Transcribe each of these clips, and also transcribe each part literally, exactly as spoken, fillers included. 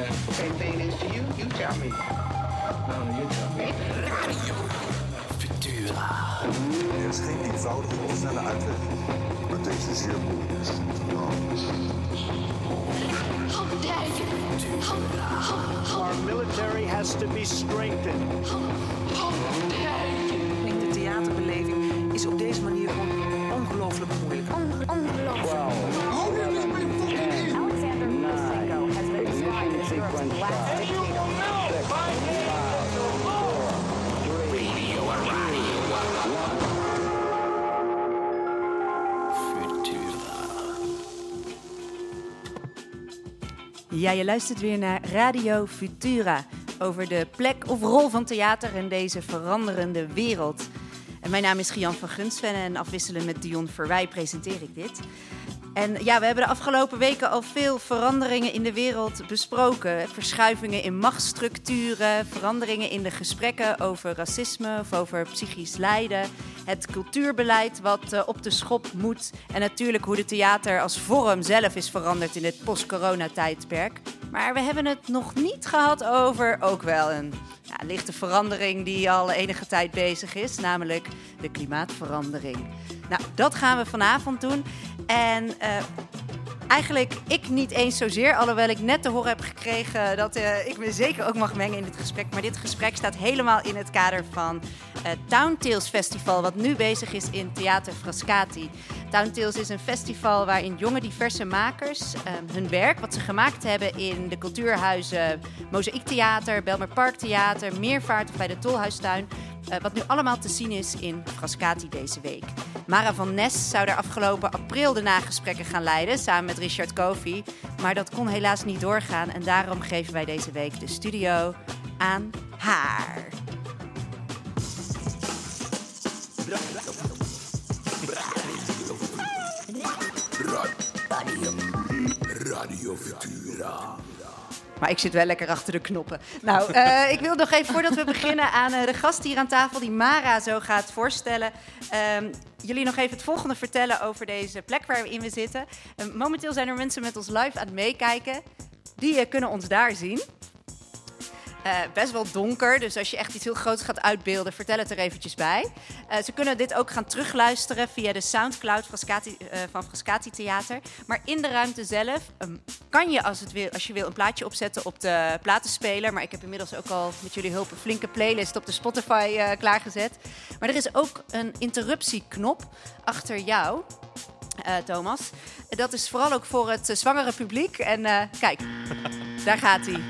same thing is to you? You tell me. No, you tell me. Radio Futura. Er is geen eenvoudige of snelle uitweg. Maar deze zeer moeilijk is. Our military has to be strengthened. De theaterbeleving is op deze manier gewoon ongelooflijk moeilijk. Ongelooflijk. Alexander Lukashenko has been described as Europe's last dictator. Ja, je luistert weer naar Radio Futura over de plek of rol van theater in deze veranderende wereld. En mijn naam is Gian van Gunsven en afwisselen met Dion Verwij presenteer ik dit. En ja, we hebben de afgelopen weken al veel veranderingen in de wereld besproken. Verschuivingen in machtsstructuren, veranderingen in de gesprekken over racisme of over psychisch lijden. Het cultuurbeleid wat uh, op de schop moet. En natuurlijk hoe de theater als vorm zelf is veranderd in dit post-corona-tijdperk. Maar we hebben het nog niet gehad over ook wel een ja, lichte verandering die al enige tijd bezig is. Namelijk de klimaatverandering. Nou, dat gaan we vanavond doen. En uh, eigenlijk ik niet eens zozeer, alhoewel ik net te horen heb gekregen dat uh, ik me zeker ook mag mengen in dit gesprek. Maar dit gesprek staat helemaal in het kader van het uh, Town Tales Festival, wat nu bezig is in Theater Frascati. Town Tales is een festival waarin jonge diverse makers uh, hun werk, wat ze gemaakt hebben in de cultuurhuizen Mozaïek Theater, Belmer Park Theater, Meervaart of bij de Tolhuistuin, uh, wat nu allemaal te zien is in Frascati deze week. Mara van Nes zou daar afgelopen april de nagesprekken gaan leiden, samen met Richard Kofi. Maar dat kon helaas niet doorgaan en daarom geven wij deze week de studio aan haar. Radio, Radio Futura. Maar ik zit wel lekker achter de knoppen. Nou, uh, ik wil nog even, voordat we beginnen, aan uh, de gast hier aan tafel die Mara zo gaat voorstellen. Um, jullie nog even het volgende vertellen over deze plek waarin we zitten. Uh, momenteel zijn er mensen met ons live aan het meekijken. Die uh, kunnen ons daar zien. Uh, best wel donker, dus als je echt iets heel groots gaat uitbeelden, vertel het er eventjes bij. Uh, ze kunnen dit ook gaan terugluisteren via de Soundcloud Frascati, uh, van Frascati Theater. Maar in de ruimte zelf um, kan je als, het wil, als je wil een plaatje opzetten op de platenspeler. Maar ik heb inmiddels ook al met jullie hulp een flinke playlist op de Spotify uh, klaargezet. Maar er is ook een interruptieknop achter jou, uh, Thomas. Dat is vooral ook voor het uh, zwangere publiek. En uh, kijk, daar gaat hij.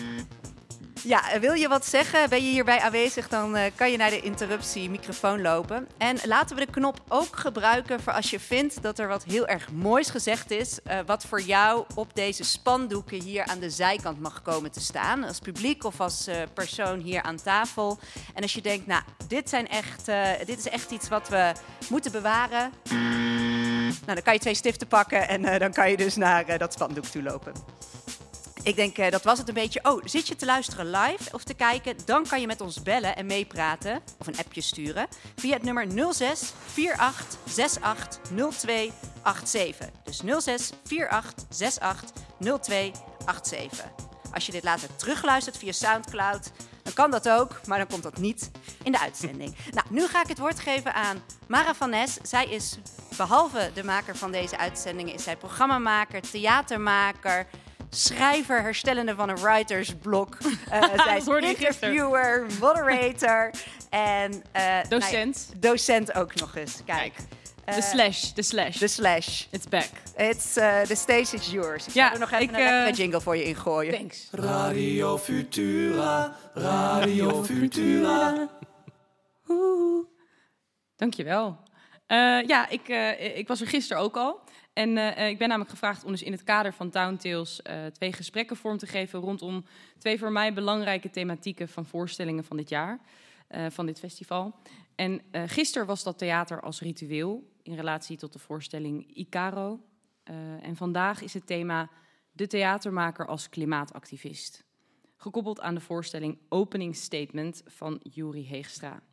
Ja, wil je wat zeggen? Ben je hierbij aanwezig? Dan uh, kan je naar de interruptie-microfoon lopen. En laten we de knop ook gebruiken voor als je vindt dat er wat heel erg moois gezegd is. Uh, wat voor jou op deze spandoeken hier aan de zijkant mag komen te staan. Als publiek of als uh, persoon hier aan tafel. En als je denkt, nou, dit, zijn echt, uh, dit is echt iets wat we moeten bewaren. Nou, dan kan je twee stiften pakken en uh, dan kan je dus naar uh, dat spandoek toe lopen. Ik denk, uh, dat was het een beetje. Oh, zit je te luisteren live of te kijken? Dan kan je met ons bellen en meepraten. Of een appje sturen. Via het nummer nul zes vier acht zes acht nul twee acht zeven. Dus nul zes vier acht zes acht nul twee acht zeven. Als je dit later terugluistert via Soundcloud, dan kan dat ook. Maar dan komt dat niet in de uitzending. Nou, nu ga ik het woord geven aan Mara van Nes. Zij is, behalve de maker van deze uitzendingen, is zij programmamaker, theatermaker, schrijver, herstellende van een writersblok. Uh, zij is interviewer, moderator en uh, docent. Nou ja, docent ook nog eens. Kijk. De uh, slash, de slash. De slash. It's back. It's, uh, the stage is yours. Ik ja, ga er nog even ik, een lekkere uh, jingle voor je ingooien. Thanks. Radio Futura, Radio Futura. Oeh. Dankjewel. Uh, ja, ik, uh, ik was er gisteren ook al. En uh, ik ben namelijk gevraagd om dus in het kader van Town Tales uh, twee gesprekken vorm te geven rondom twee voor mij belangrijke thematieken van voorstellingen van dit jaar, uh, van dit festival. En uh, gisteren was dat theater als ritueel in relatie tot de voorstelling Icaro. Uh, en vandaag is het thema de theatermaker als klimaatactivist. Gekoppeld aan de voorstelling Opening Statement van Juri Heegstra.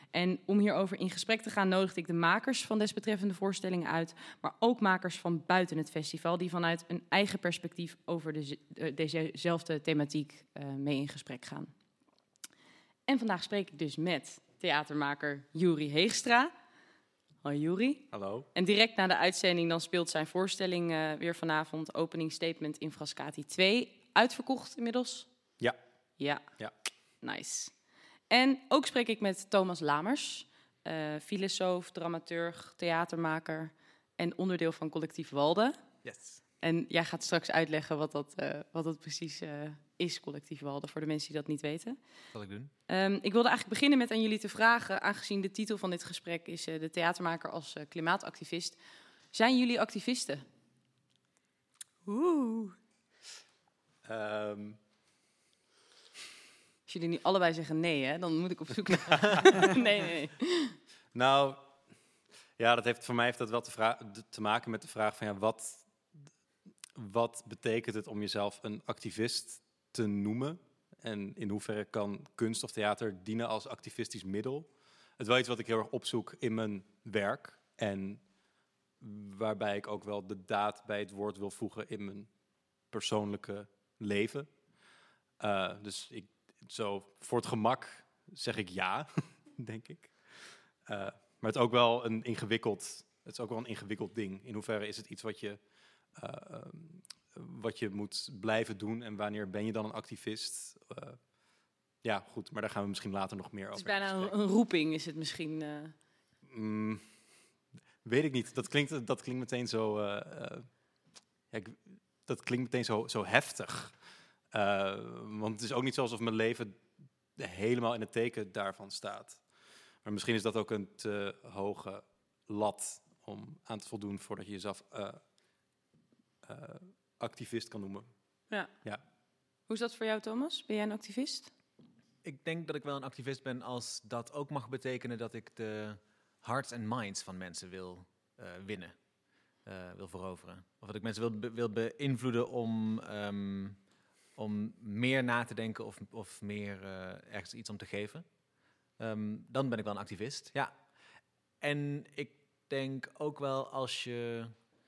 En om hierover in gesprek te gaan nodigde ik de makers van desbetreffende voorstellingen uit, maar ook makers van buiten het festival, die vanuit een eigen perspectief over de, de, dezezelfde thematiek uh, mee in gesprek gaan. En vandaag spreek ik dus met theatermaker Juri Heegstra. Hoi Juri. Hallo. En direct na de uitzending dan speelt zijn voorstelling uh, weer vanavond, Opening Statement in Frascati twee. Uitverkocht inmiddels? Ja. Ja. Ja. Nice. En ook spreek ik met Thomas Lamers, uh, filosoof, dramaturg, theatermaker en onderdeel van collectief Walde. Yes. En jij gaat straks uitleggen wat dat, uh, wat dat precies uh, is, collectief Walde, voor de mensen die dat niet weten. Dat zal ik doen. Um, ik wilde eigenlijk beginnen met aan jullie te vragen, aangezien de titel van dit gesprek is uh, de theatermaker als uh, klimaatactivist. Zijn jullie activisten? Oeh. Um... Als jullie nu allebei zeggen nee, hè, dan moet ik op zoek naar... nee, nee, nee. Nou, ja, dat heeft, voor mij heeft dat wel te, vra- te maken met de vraag van... Ja, wat, wat betekent het om jezelf een activist te noemen? En in hoeverre kan kunst of theater dienen als activistisch middel? Het is wel iets wat ik heel erg opzoek in mijn werk. En waarbij ik ook wel de daad bij het woord wil voegen in mijn persoonlijke leven. Uh, dus ik... Zo, voor het gemak zeg ik ja, denk ik. Uh, maar het is ook wel een ingewikkeld, het is ook wel een ingewikkeld ding. In hoeverre is het iets wat je, uh, um, wat je moet blijven doen en wanneer ben je dan een activist? Uh, ja, goed, maar daar gaan we misschien later nog meer over. Het is bijna een, een roeping, is het misschien? Uh... Mm, weet ik niet. Dat klinkt, dat klinkt meteen zo. Uh, uh, ja, ik, dat klinkt meteen zo, zo heftig. Uh, want het is ook niet zo alsof mijn leven helemaal in het teken daarvan staat. Maar misschien is dat ook een te hoge lat om aan te voldoen voordat je jezelf uh, uh, activist kan noemen. Ja. Ja. Hoe is dat voor jou, Thomas? Ben jij een activist? Ik denk dat ik wel een activist ben als dat ook mag betekenen dat ik de hearts en minds van mensen wil uh, winnen, uh, wil veroveren. Of dat ik mensen wil, be- wil beïnvloeden om... Um, om meer na te denken of, of meer uh, ergens iets om te geven. Um, dan ben ik wel een activist, ja. En ik denk ook wel als je...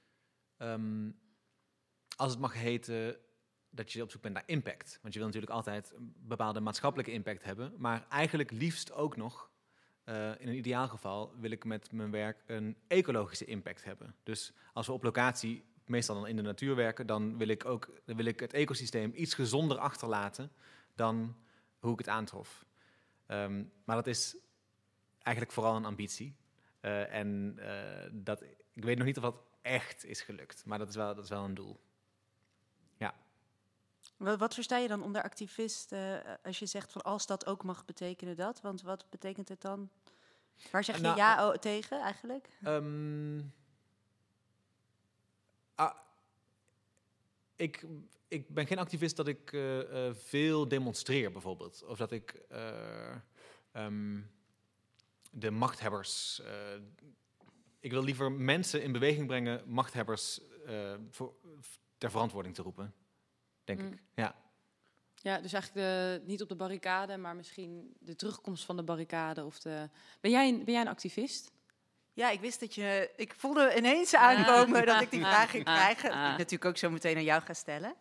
Um, als het mag heten dat je op zoek bent naar impact. Want je wil natuurlijk altijd een bepaalde maatschappelijke impact hebben. Maar eigenlijk liefst ook nog, uh, in een ideaal geval... wil ik met mijn werk een ecologische impact hebben. Dus als we op locatie... meestal dan in de natuur werken, dan wil ik ook dan wil ik het ecosysteem iets gezonder achterlaten dan hoe ik het aantrof. Um, maar dat is eigenlijk vooral een ambitie. Uh, en uh, dat, ik weet nog niet of dat echt is gelukt, maar dat is wel, dat is wel een doel. Ja. Wat, wat versta je dan onder activist uh, als je zegt van als dat ook mag betekenen dat? Want wat betekent het dan? Waar zeg je nou, ja uh, tegen eigenlijk? Um, Ah, ik, ik ben geen activist dat ik uh, uh, veel demonstreer, bijvoorbeeld. Of dat ik uh, um, de machthebbers... Uh, ik wil liever mensen in beweging brengen, machthebbers uh, voor, ter verantwoording te roepen, denk mm. ik. Ja. Ja, dus eigenlijk de, niet op de barricade, maar misschien de terugkomst van de barricade. Of de... ben, jij een, ben jij een activist? Ja, ik wist dat je... Ik voelde ineens aankomen ah, dat ik die vraag ah, ging ah, krijgen. Ah, die ik natuurlijk ook zo meteen aan jou ga stellen.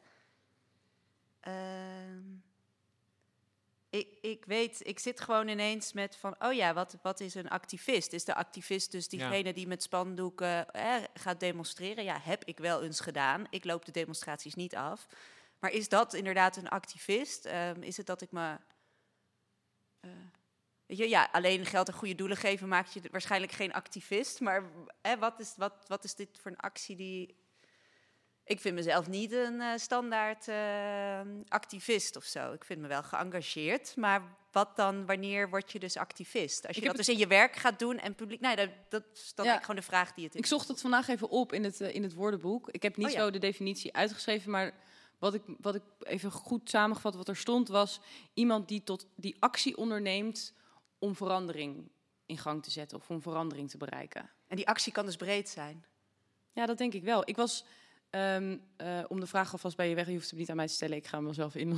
Uh, ik, ik weet, ik zit gewoon ineens met van... Oh ja, wat, wat is een activist? Is de activist dus diegene ja. die met spandoeken eh, gaat demonstreren? Ja, heb ik wel eens gedaan. Ik loop de demonstraties niet af. Maar is dat inderdaad een activist? Uh, is het dat ik me... Uh, Weet je, ja, alleen geld aan goede doelen geven maakt je waarschijnlijk geen activist. Maar hè, wat, is, wat, wat is dit voor een actie die... Ik vind mezelf niet een uh, standaard uh, activist of zo. Ik vind me wel geëngageerd. Maar wat dan, wanneer word je dus activist? Als je dat dus in je werk gaat doen en publiek... Nee, dat, dat is dan ja, gewoon de vraag die het is. Ik zocht het vandaag even op in het, uh, in het woordenboek. Ik heb niet oh, ja. zo de definitie uitgeschreven, maar... Wat ik, wat ik even goed samengevat, wat er stond, was... iemand die, tot, die actie onderneemt... om verandering in gang te zetten of om verandering te bereiken. En die actie kan dus breed zijn? Ja, dat denk ik wel. Ik was Um, uh, om de vraag alvast bij je weg, je hoeft hem niet aan mij te stellen, ik ga hem wel zelf in.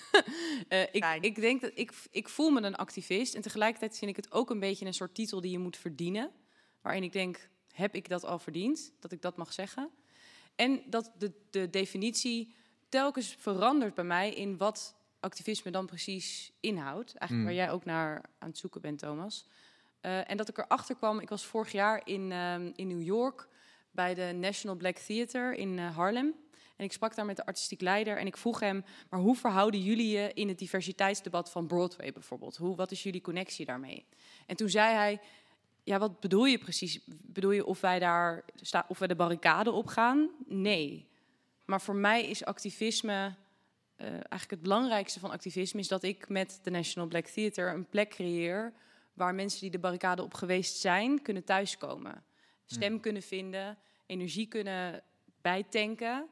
uh, ik, ik denk dat ik, ik voel me een activist en tegelijkertijd vind ik het ook een beetje een soort titel die je moet verdienen. Waarin ik denk, heb ik dat al verdiend? Dat ik dat mag zeggen. En dat de, de definitie telkens verandert bij mij in wat activisme dan precies inhoudt. Eigenlijk Mm. waar jij ook naar aan het zoeken bent, Thomas. Uh, en dat ik erachter kwam, ik was vorig jaar in, um, in New York bij de National Black Theatre in uh, Harlem. En ik sprak daar met de artistiek leider en ik vroeg hem, maar hoe verhouden jullie je in het diversiteitsdebat van Broadway bijvoorbeeld? Hoe, wat is jullie connectie daarmee? En toen zei hij, ja, wat bedoel je precies? Bedoel je of wij daar sta, of wij de barricade op gaan? Nee. Maar voor mij is activisme, uh, eigenlijk het belangrijkste van activisme is dat ik met de National Black Theatre een plek creëer waar mensen die de barricade op geweest zijn, kunnen thuiskomen. Stem kunnen vinden, energie kunnen bijtanken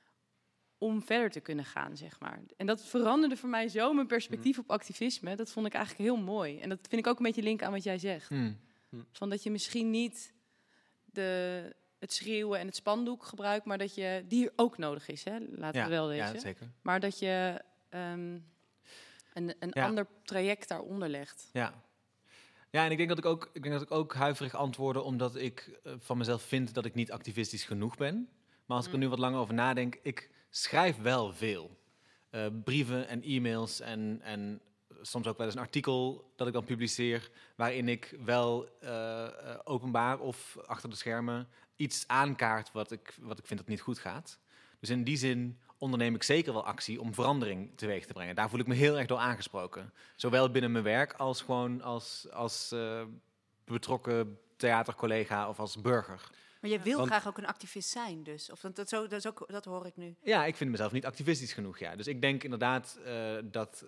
om verder te kunnen gaan, zeg maar. En dat veranderde voor mij zo mijn perspectief op activisme. Dat vond ik eigenlijk heel mooi. En dat vind ik ook een beetje link aan wat jij zegt. Mm. Van dat je misschien niet de, het schreeuwen en het spandoek gebruikt, maar dat je die ook nodig is, hè? Laten Ja, we wel ja, wezen. zeker. Maar dat je um, een, een Ja. ander traject daaronder legt. Ja. Ja, en ik denk dat ik ook, ik denk dat ik ook huiverig antwoordde omdat ik uh, van mezelf vind dat ik niet activistisch genoeg ben. Maar als ik er nu wat langer over nadenk, ik schrijf wel veel. Uh, brieven en e-mails en, en soms ook wel eens een artikel dat ik dan publiceer, waarin ik wel uh, uh, openbaar of achter de schermen iets aankaart wat ik, wat ik vind dat niet goed gaat. Dus in die zin onderneem ik zeker wel actie om verandering teweeg te brengen. Daar voel ik me heel erg door aangesproken. Zowel binnen mijn werk als gewoon als, als uh, betrokken theatercollega of als burger. Maar je wil Want- graag ook een activist zijn, dus. Of dat, dat, zo, dat, is ook, dat hoor ik nu. Ja, ik vind mezelf niet activistisch genoeg, ja. Dus ik denk inderdaad uh, dat...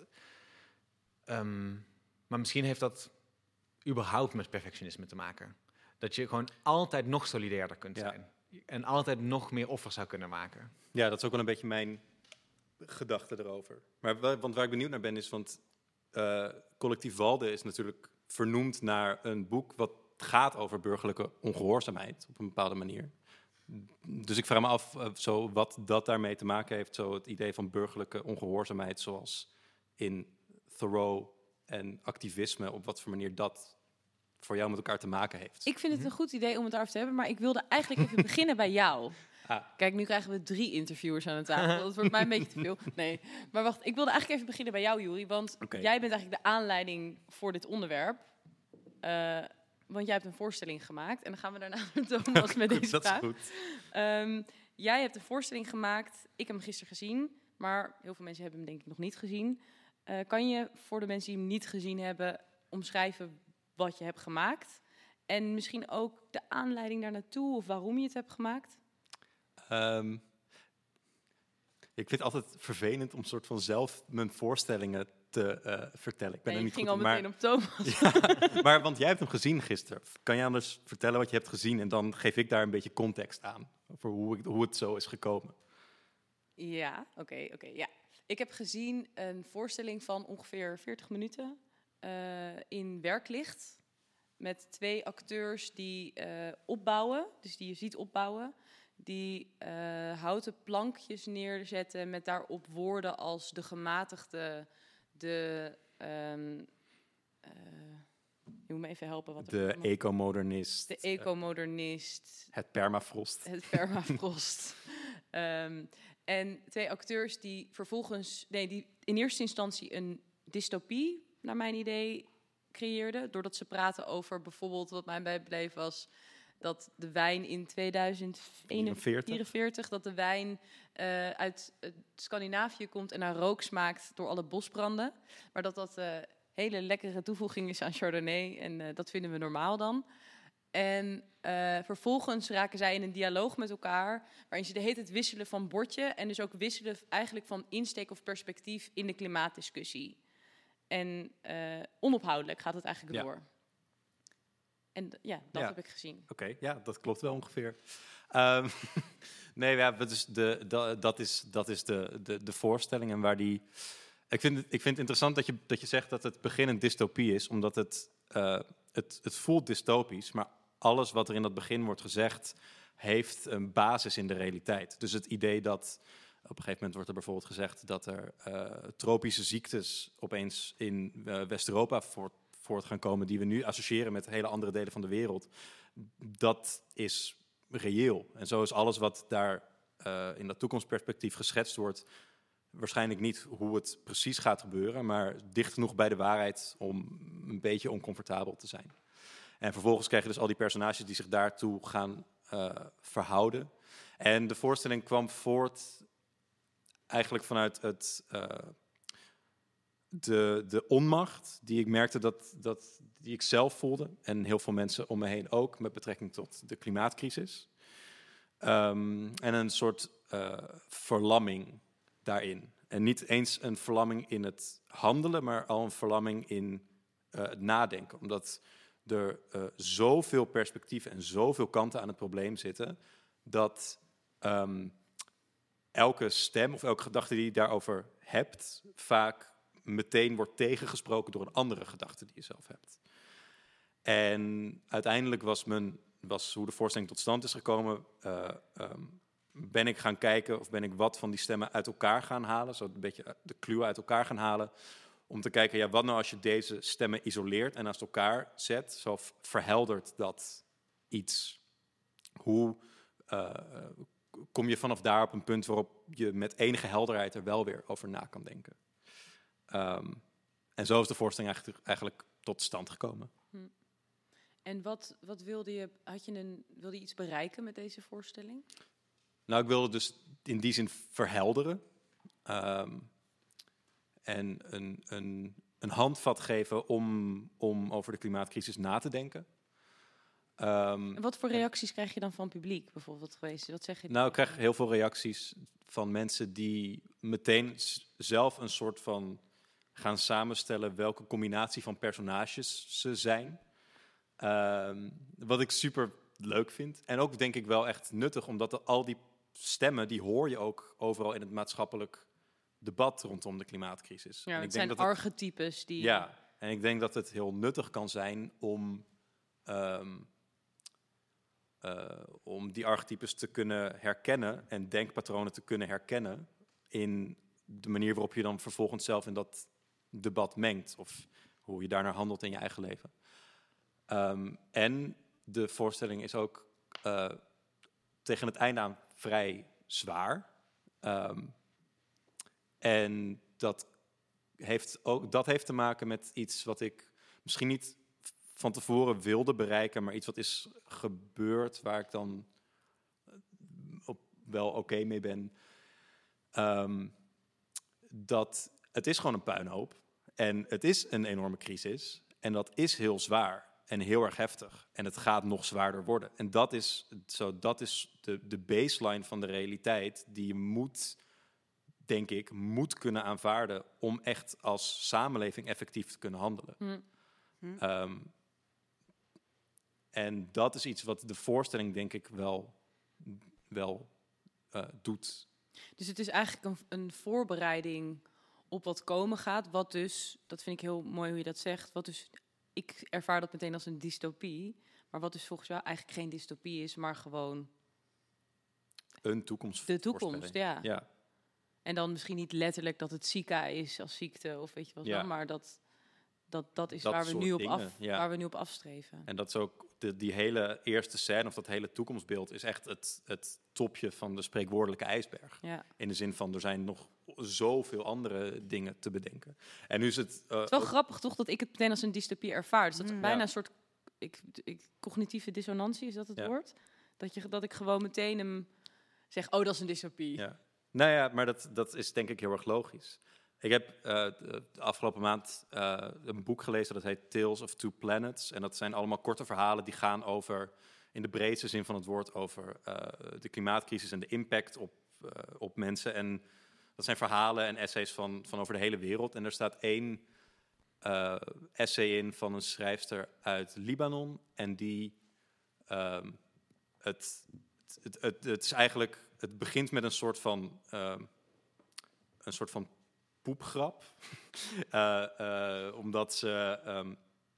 Um, maar misschien heeft dat überhaupt met perfectionisme te maken. Dat je gewoon altijd nog solidairder kunt Ja. zijn. En altijd nog meer offers zou kunnen maken. Ja, dat is ook wel een beetje mijn gedachte erover. Maar wa- want waar ik benieuwd naar ben is, want uh, Collectief Walden is natuurlijk vernoemd naar een boek wat gaat over burgerlijke ongehoorzaamheid op een bepaalde manier. Dus ik vraag me af uh, zo, wat dat daarmee te maken heeft, zo het idee van burgerlijke ongehoorzaamheid zoals in Thoreau en activisme, op wat voor manier dat voor jou met elkaar te maken heeft. Ik vind het een goed idee om het daarover te hebben, maar ik wilde eigenlijk even beginnen bij jou. Ah. Kijk, nu krijgen we drie interviewers aan de tafel. Dat wordt mij een beetje te veel. Nee, maar wacht, ik wilde eigenlijk even beginnen bij jou, Juri. Want Oké. jij bent eigenlijk de aanleiding voor dit onderwerp. Uh, want jij hebt een voorstelling gemaakt. En dan gaan we daarna naar Thomas met Goed, deze dat is vraag. goed. Um, jij hebt een voorstelling gemaakt. Ik heb hem gisteren gezien. Maar heel veel mensen hebben hem denk ik nog niet gezien. Uh, kan je voor de mensen die hem niet gezien hebben omschrijven wat je hebt gemaakt? En misschien ook de aanleiding daar naartoe of waarom je het hebt gemaakt? Um, ik vind het altijd vervelend om soort van zelf mijn voorstellingen te uh, vertellen. Ik ben Nee, er je niet ging goed al in, meteen op Thomas. Ja, maar want jij hebt hem gezien gisteren. Kan je anders vertellen wat je hebt gezien en dan geef ik daar een beetje context aan over hoe, ik, hoe het zo is gekomen. Ja, oké, okay, oké, okay, ja. Ik heb gezien een voorstelling van ongeveer veertig minuten uh, in werklicht. Met twee acteurs die uh, opbouwen, dus die je ziet opbouwen. Die uh, houten plankjes neerzetten met daarop woorden als de gematigde, de... Um, uh, je moet me even helpen. Wat de er ecomodernist. De ecomodernist. Uh, het permafrost. Het permafrost. um, en twee acteurs die vervolgens... Nee, die in eerste instantie een dystopie, naar mijn idee, creëerden. Doordat ze praten over bijvoorbeeld, wat mij bijbleef was... dat de wijn in tweeduizend vierenveertig, dat de wijn uh, uit uh, Scandinavië komt en naar rook smaakt door alle bosbranden. Maar dat dat een uh, hele lekkere toevoeging is aan Chardonnay en uh, dat vinden we normaal dan. En uh, vervolgens raken zij in een dialoog met elkaar, waarin ze de hele tijd wisselen van bordje en dus ook wisselen eigenlijk van insteek of perspectief in de klimaatdiscussie. En uh, onophoudelijk gaat het eigenlijk ja. door. En ja, dat ja. heb ik gezien. Oké, okay, ja, dat klopt wel ongeveer. Um, nee, ja, dus de, de, dat is, dat is de, de, de voorstelling en waar die... Ik vind, het, ik vind het interessant dat je, dat je zegt dat het begin een dystopie is, omdat het, uh, het, het voelt dystopisch, maar alles wat er in dat begin wordt gezegd heeft een basis in de realiteit. Dus het idee dat op een gegeven moment wordt er bijvoorbeeld gezegd dat er uh, tropische ziektes opeens in uh, West-Europa voort, voort gaan komen die we nu associëren met hele andere delen van de wereld. Dat is reëel. En zo is alles wat daar uh, in dat toekomstperspectief geschetst wordt waarschijnlijk niet hoe het precies gaat gebeuren, maar dicht genoeg bij de waarheid om een beetje oncomfortabel te zijn. En vervolgens krijg je dus al die personages die zich daartoe gaan uh, verhouden. En de voorstelling kwam voort eigenlijk vanuit het, uh, de, de onmacht die ik merkte dat, dat die ik zelf voelde. En heel veel mensen om me heen ook, met betrekking tot de klimaatcrisis. Um, en een soort uh, verlamming daarin. En niet eens een verlamming in het handelen, maar al een verlamming in uh, het nadenken. Omdat er uh, zoveel perspectieven en zoveel kanten aan het probleem zitten, dat um, elke stem of elke gedachte die je daarover hebt, vaak meteen wordt tegengesproken door een andere gedachte die je zelf hebt. En uiteindelijk was, mijn, was hoe de voorstelling tot stand is gekomen, uh, um, ben ik gaan kijken of ben ik wat van die stemmen uit elkaar gaan halen, zo een beetje de clue uit elkaar gaan halen, om te kijken, ja, wat nou als je deze stemmen isoleert en naast elkaar zet, zo verheldert dat iets. Hoe uh, kom je vanaf daar op een punt waarop je met enige helderheid er wel weer over na kan denken. Um, en zo is de voorstelling eigenlijk, eigenlijk tot stand gekomen. Hm. En wat, wat wilde je, had je een, wilde je iets bereiken met deze voorstelling? Nou, ik wilde dus in die zin verhelderen. Um, en een, een, een handvat geven om, om over de klimaatcrisis na te denken. Um, en wat voor reacties krijg je dan van publiek bijvoorbeeld geweest? Wat zeg je? Nou, ik krijg heel veel reacties van mensen die meteen zelf een soort van gaan samenstellen welke combinatie van personages ze zijn. Um, wat ik super leuk vind. En ook denk ik wel echt nuttig, omdat er al die stemmen, die hoor je ook overal in het maatschappelijk debat rondom de klimaatcrisis. Ja, en ik het denk zijn dat archetypes het, die... Ja, en ik denk dat het heel nuttig kan zijn om, um, uh, om die archetypes te kunnen herkennen en denkpatronen te kunnen herkennen in de manier waarop je dan vervolgens zelf in dat debat mengt of hoe je daarnaar handelt in je eigen leven. Um, en de voorstelling is ook uh, tegen het einde aan vrij zwaar. Um, en dat heeft, ook, dat heeft te maken met iets wat ik misschien niet van tevoren wilde bereiken, maar iets wat is gebeurd waar ik dan op, wel oké okay mee ben. Um, dat het is gewoon een puinhoop. En het is een enorme crisis. En dat is heel zwaar. En heel erg heftig. En het gaat nog zwaarder worden. En dat is, zo, dat is de, de baseline van de realiteit die je moet, denk ik, moet kunnen aanvaarden om echt als samenleving effectief te kunnen handelen. Hm. Hm. Um, en dat is iets wat de voorstelling, denk ik, wel, wel uh, doet. Dus het is eigenlijk een, een voorbereiding op wat komen gaat. Wat dus, dat vind ik heel mooi hoe je dat zegt, wat dus... Ik ervaar dat meteen als een dystopie. Maar wat dus volgens jou eigenlijk geen dystopie is, maar gewoon... Een toekomst. De toekomst, ja. ja. En dan misschien niet letterlijk dat het Zika is als ziekte of weet je wat ja. dan, maar dat, dat, dat is dat waar we, nu op dingen, af, ja. waar we nu op afstreven. En dat is ook de, die hele eerste scène of dat hele toekomstbeeld is echt het, het topje van de spreekwoordelijke ijsberg. Ja. In de zin van er zijn nog zoveel andere dingen te bedenken. En nu is het... Uh, het is wel ook... grappig toch dat ik het meteen als een dystopie ervaar. Dus dat is Mm. bijna Ja. een soort ik, ik, cognitieve dissonantie, is dat het Ja. woord? Dat, je, dat ik gewoon meteen hem zeg, oh, dat is een dystopie. Ja. Nou ja, maar dat, dat is denk ik heel erg logisch. Ik heb uh, de afgelopen maand uh, een boek gelezen dat heet Tales of Two Planets. En dat zijn allemaal korte verhalen die gaan over, in de breedste zin van het woord, over uh, de klimaatcrisis en de impact op, uh, op mensen. En dat zijn verhalen en essays van, van over de hele wereld. En er staat één uh, essay in van een schrijfster uit Libanon. En die, um, het, het, het, het is eigenlijk, het begint met een soort van, um, een soort van poepgrap. uh, uh, omdat ze, um,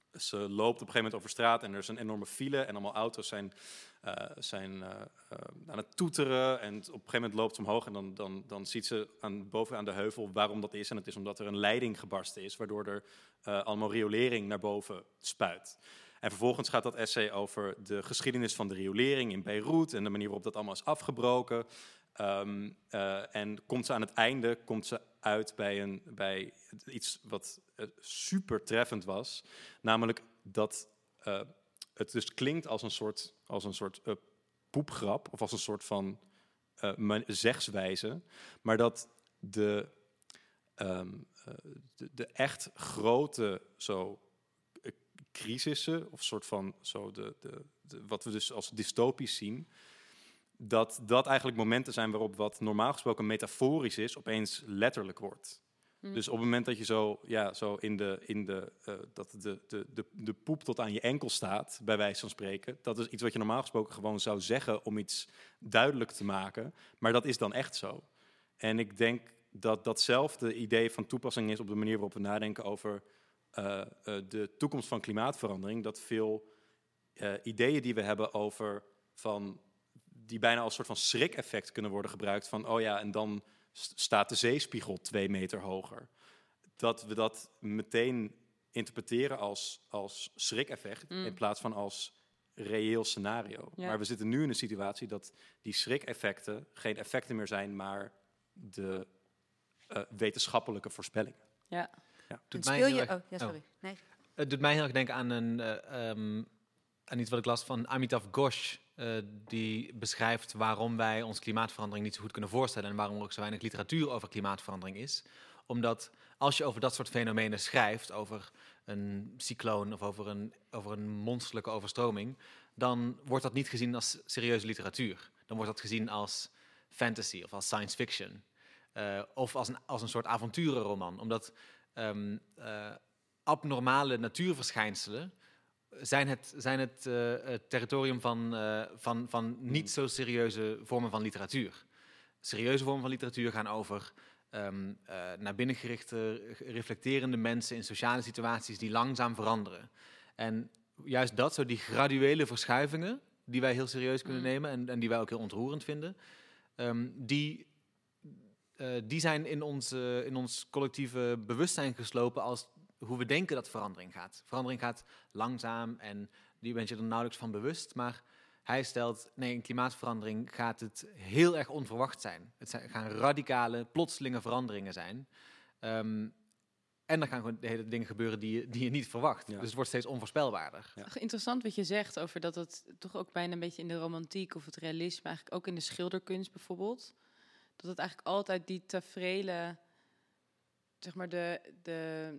ze loopt op een gegeven moment over straat en er is een enorme file en allemaal auto's zijn, uh, zijn uh, uh, aan het toeteren. En op een gegeven moment loopt ze omhoog en dan, dan, dan ziet ze aan, bovenaan de heuvel waarom dat is. En het is omdat er een leiding gebarsten is, waardoor er uh, allemaal riolering naar boven spuit. En vervolgens gaat dat essay over de geschiedenis van de riolering in Beirut en de manier waarop dat allemaal is afgebroken. Um, uh, en komt ze aan het einde komt ze uit bij, een, bij iets wat uh, super treffend was. Namelijk dat uh, het dus klinkt als een soort, als een soort uh, poepgrap of als een soort van uh, zegswijze. Maar dat de, um, uh, de, de echt grote zo, uh, crisissen of soort van zo de, de, de, wat we dus als dystopisch zien, dat dat eigenlijk momenten zijn waarop wat normaal gesproken metaforisch is, opeens letterlijk wordt. Hmm. Dus op het moment dat je zo, ja, zo in de, in de, uh, dat de, de, de, de poep tot aan je enkel staat, bij wijze van spreken, dat is iets wat je normaal gesproken gewoon zou zeggen om iets duidelijk te maken, maar dat is dan echt zo. En ik denk dat datzelfde idee van toepassing is op de manier waarop we nadenken over uh, uh, de toekomst van klimaatverandering, dat veel uh, ideeën die we hebben over van die bijna als soort van schrik-effect kunnen worden gebruikt van, oh ja, en dan staat de zeespiegel twee meter hoger. Dat we dat meteen interpreteren als, als schrik-effect mm. in plaats van als reëel scenario. Ja. Maar we zitten nu in een situatie dat die schrik-effecten geen effecten meer zijn, maar de uh, wetenschappelijke voorspellingen. Ja. Ja. Doet speel mij je... erg, oh, ja, sorry. Oh. Nee. Het doet mij heel erg denken aan, een, uh, um, aan iets wat ik las van Amitav Ghosh, Uh, die beschrijft waarom wij ons klimaatverandering niet zo goed kunnen voorstellen en waarom er ook zo weinig literatuur over klimaatverandering is. Omdat als je over dat soort fenomenen schrijft, over een cycloon of over een, over een monsterlijke overstroming, dan wordt dat niet gezien als serieuze literatuur. Dan wordt dat gezien als fantasy of als science fiction. Uh, of als een, als een soort avonturenroman. Omdat um, uh, abnormale natuurverschijnselen zijn het, zijn het, uh, het territorium van, uh, van, van niet zo serieuze vormen van literatuur. Serieuze vormen van literatuur gaan over um, uh, naar binnen gerichte, reflecterende mensen in sociale situaties die langzaam veranderen. En juist dat, zo die graduele verschuivingen, die wij heel serieus kunnen nemen en, en die wij ook heel ontroerend vinden, um, die, uh, die zijn in ons, uh, in ons collectieve bewustzijn geslopen als hoe we denken dat verandering gaat. Verandering gaat langzaam en die ben je er nauwelijks van bewust. Maar hij stelt, nee, in klimaatverandering gaat het heel erg onverwacht zijn. Het zijn, gaan radicale, plotselinge veranderingen zijn. Um, en dan gaan gewoon de hele dingen gebeuren die je, die je niet verwacht. Ja. Dus het wordt steeds onvoorspelbaarder. Ja. Interessant wat je zegt over dat het toch ook bijna een beetje in de romantiek of het realisme, eigenlijk ook in de schilderkunst bijvoorbeeld, dat het eigenlijk altijd die taferelen, zeg maar de... de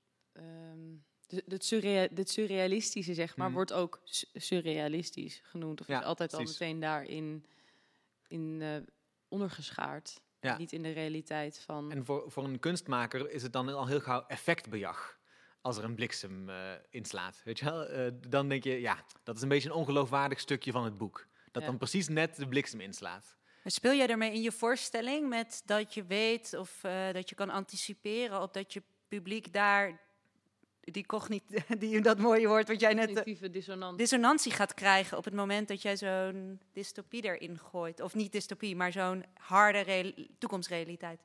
Um, de, de, surreal, het surrealistische, zeg maar, hmm. wordt ook surrealistisch genoemd. Of ja, is altijd precies. al meteen daarin in, uh, ondergeschaard. Ja. Niet in de realiteit van... En voor, voor een kunstmaker is het dan al heel gauw effectbejag als er een bliksem uh, inslaat. Weet je wel? Uh, dan denk je, ja, dat is een beetje een ongeloofwaardig stukje van het boek. Dat ja. dan precies net de bliksem inslaat. Speel jij ermee in je voorstelling met dat je weet of uh, dat je kan anticiperen op dat je publiek daar... Die cognit, die dat mooie woord wat jij net cognitieve dissonantie. dissonantie gaat krijgen op het moment dat jij zo'n dystopie erin gooit, of niet dystopie, maar zo'n harde real, toekomstrealiteit.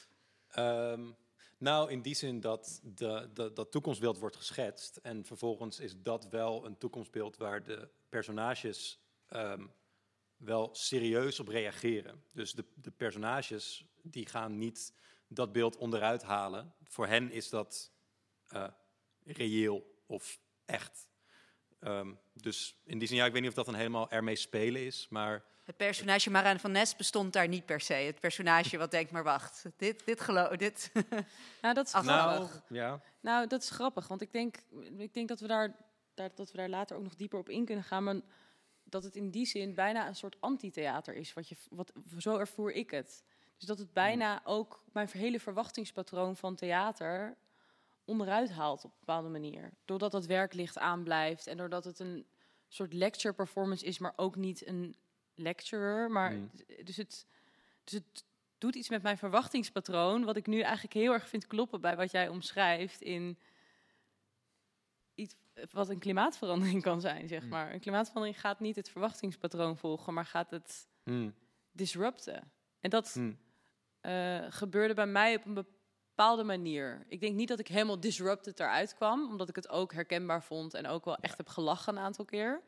Um, nou, in die zin dat de, de, dat toekomstbeeld wordt geschetst en vervolgens is dat wel een toekomstbeeld waar de personages um, wel serieus op reageren. Dus de, de personages die gaan niet dat beeld onderuit halen. Voor hen is dat Uh, reëel of echt. Um, dus in die zin, ja, ik weet niet of dat dan helemaal ermee spelen is, maar... Het personage Marianne van Nes bestond daar niet per se. Het personage wat denkt, maar wacht, dit, dit geloof, dit... Nou, dat is nou, ja. nou, dat is grappig, want ik denk, ik denk dat, we daar, daar, dat we daar later ook nog dieper op in kunnen gaan, maar dat het in die zin bijna een soort antitheater is, wat je, wat, zo ervoer ik het. Dus dat het bijna ook mijn hele verwachtingspatroon van theater onderuit haalt op een bepaalde manier. Doordat het werklicht aanblijft en doordat het een soort lecture performance is, maar ook niet een lecturer. Maar mm. dus, het, dus het doet iets met mijn verwachtingspatroon, wat ik nu eigenlijk heel erg vind kloppen bij wat jij omschrijft in iets, wat een klimaatverandering kan zijn, zeg Mm. maar. Een klimaatverandering gaat niet het verwachtingspatroon volgen, maar gaat het Hmm. disrupten. En dat Hmm. uh, gebeurde bij mij op een bepaalde manier. Ik denk niet dat ik helemaal disrupted eruit kwam, omdat ik het ook herkenbaar vond en ook wel echt heb gelachen een aantal keer.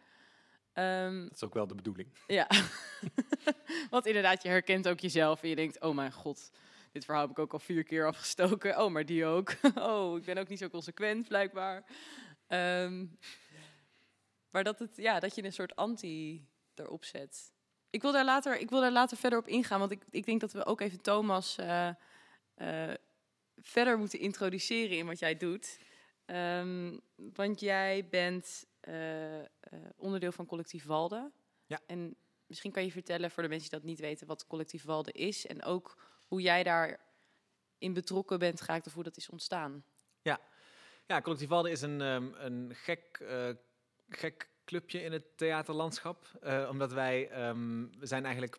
Um, Dat is ook wel de bedoeling. Ja, want inderdaad, je herkent ook jezelf en je denkt, oh mijn god, dit verhaal heb ik ook al vier keer afgestoken. Oh, maar die ook. Oh, ik ben ook niet zo consequent, blijkbaar. Um, maar dat, het, ja, dat je een soort anti erop zet. Ik wil daar later, ik wil daar later verder op ingaan, want ik, ik denk dat we ook even Thomas uh, uh, verder moeten introduceren in wat jij doet. Um, want jij bent uh, uh, onderdeel van Collectief Walde. Ja. En misschien kan je vertellen voor de mensen die dat niet weten wat Collectief Walde is en ook hoe jij daarin betrokken bent geraakt of hoe dat is ontstaan. Ja, ja Collectief Walde is een, um, een gek, uh, gek clubje in het theaterlandschap. Uh, omdat wij, um, we zijn eigenlijk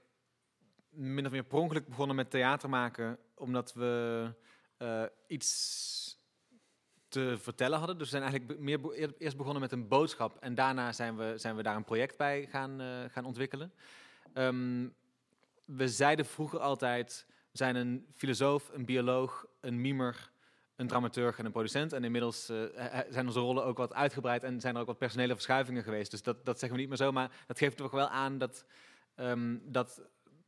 min of meer per ongeluk begonnen met theater maken, omdat we uh, iets te vertellen hadden. Dus we zijn eigenlijk meer be- eerst begonnen met een boodschap en daarna zijn we, zijn we daar een project bij gaan, uh, gaan ontwikkelen. Um, we zeiden vroeger altijd, we zijn een filosoof, een bioloog, een mimer, een dramaturg en een producent. En inmiddels uh, zijn onze rollen ook wat uitgebreid en zijn er ook wat personele verschuivingen geweest. Dus dat, dat zeggen we niet meer zo, maar dat geeft toch wel aan dat, um, dat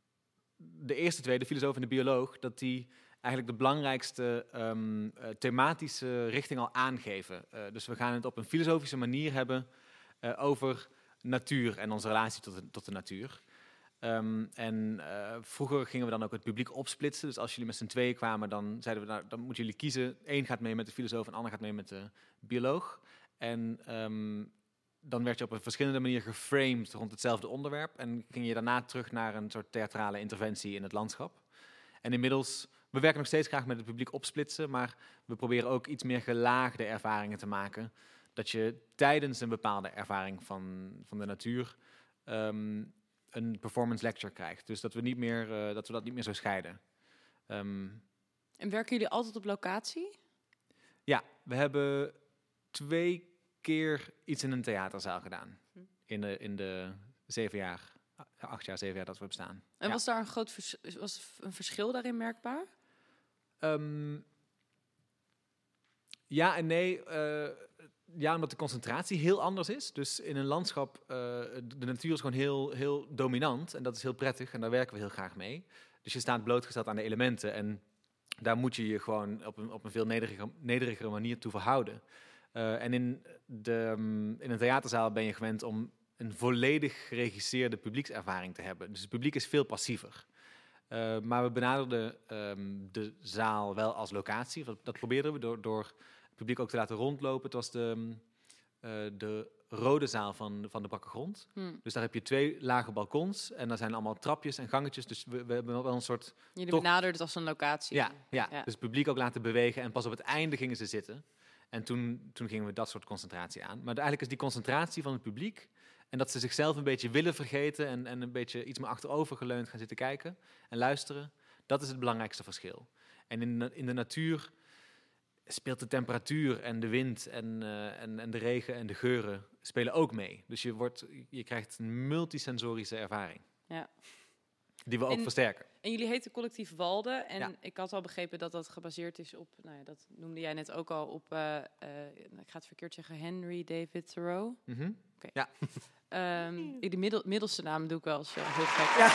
de eerste twee, de filosoof en de bioloog, dat die eigenlijk de belangrijkste um, uh, thematische richting al aangeven. Uh, dus we gaan het op een filosofische manier hebben uh, over natuur en onze relatie tot de, tot de natuur. Um, en uh, vroeger gingen we dan ook het publiek opsplitsen. Dus als jullie met z'n tweeën kwamen, dan zeiden we, nou, dan moeten jullie kiezen. Eén gaat mee met de filosoof en de ander gaat mee met de bioloog. En um, dan werd je op een verschillende manier geframed rond hetzelfde onderwerp. En ging je daarna terug naar een soort theatrale interventie in het landschap. En inmiddels, we werken nog steeds graag met het publiek opsplitsen, maar we proberen ook iets meer gelaagde ervaringen te maken. Dat je tijdens een bepaalde ervaring van, van de natuur um, een performance lecture krijgt. Dus dat we, niet meer, uh, dat, we dat niet meer zo scheiden. Um, en werken jullie altijd op locatie? Ja, we hebben twee keer iets in een theaterzaal gedaan. Hm. In de, in de zeven jaar, acht jaar, zeven jaar dat we bestaan. En ja. was daar een groot vers- was een verschil daarin merkbaar? Um, ja en nee. Uh, ja, omdat de concentratie heel anders is. Dus in een landschap, uh, de natuur is gewoon heel, heel dominant. En dat is heel prettig en daar werken we heel graag mee. Dus je staat blootgesteld aan de elementen. En daar moet je je gewoon op een, op een veel nederiger, nederigere manier toe verhouden. Uh, en in, de, um, in een theaterzaal ben je gewend om een volledig geregisseerde publiekservaring te hebben. Dus het publiek is veel passiever. Uh, maar we benaderden um, de zaal wel als locatie. Dat, dat probeerden we door, door het publiek ook te laten rondlopen. Het was de, uh, de rode zaal van, van de Brakke Grond. Hmm. Dus daar heb je twee lage balkons en daar zijn allemaal trapjes en gangetjes. Dus we, we hebben wel een soort... Jullie toch... benaderden het als een locatie. Ja, ja, ja, dus het publiek ook laten bewegen en pas op het einde gingen ze zitten. En toen, toen gingen we dat soort concentratie aan. Maar eigenlijk is die concentratie van het publiek en dat ze zichzelf een beetje willen vergeten en, en een beetje iets meer achterovergeleund gaan zitten kijken en luisteren, dat is het belangrijkste verschil. En in de, in de natuur speelt de temperatuur en de wind en, uh, en, en de regen en de geuren spelen ook mee. Dus je, wordt, je krijgt een multisensorische ervaring. Ja. Die we ook en, versterken. En jullie heten Collectief Walde. En ja. ik had al begrepen dat dat gebaseerd is op, nou ja, dat noemde jij net ook al, op, uh, uh, ik ga het verkeerd zeggen, Henry David Thoreau. Mm-hmm. Okay. Ja. Um, die middel, middelste naam doe ik wel eens uh, heel gek. Ja.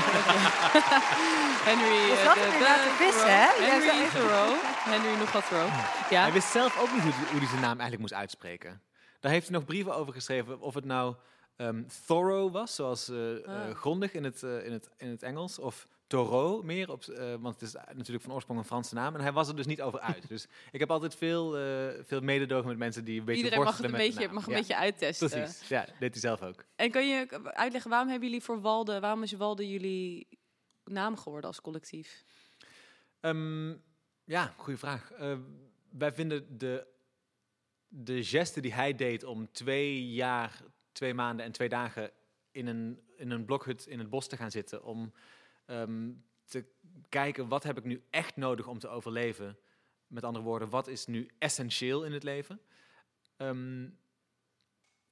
Henry uh, de, de Thoreau. Hè? Henry Thoreau. Henry nog wat Thoreau. Ja. Hij wist zelf ook niet hoe, hoe hij zijn naam eigenlijk moest uitspreken. Daar heeft hij nog brieven over geschreven of het nou um, thorough was, zoals uh, ah. uh, grondig in het, uh, in, het, in het Engels, of Thoreau meer, op, uh, want het is natuurlijk van oorsprong een Franse naam. En hij was er dus niet over uit. Dus ik heb altijd veel, uh, veel mededogen met mensen die een beetje Iedereen mag het worstelen een met beetje, mag een ja. beetje uittesten. Precies, ja, deed hij zelf ook. En kan je uitleggen, waarom hebben jullie voor Walde, waarom is Walde jullie naam geworden als collectief? Um, ja, goede vraag. Uh, wij vinden de, de geste die hij deed om twee jaar, twee maanden en twee dagen in een, in een blokhut in het bos te gaan zitten, om um, te kijken wat heb ik nu echt nodig om te overleven. Met andere woorden, wat is nu essentieel in het leven? Um,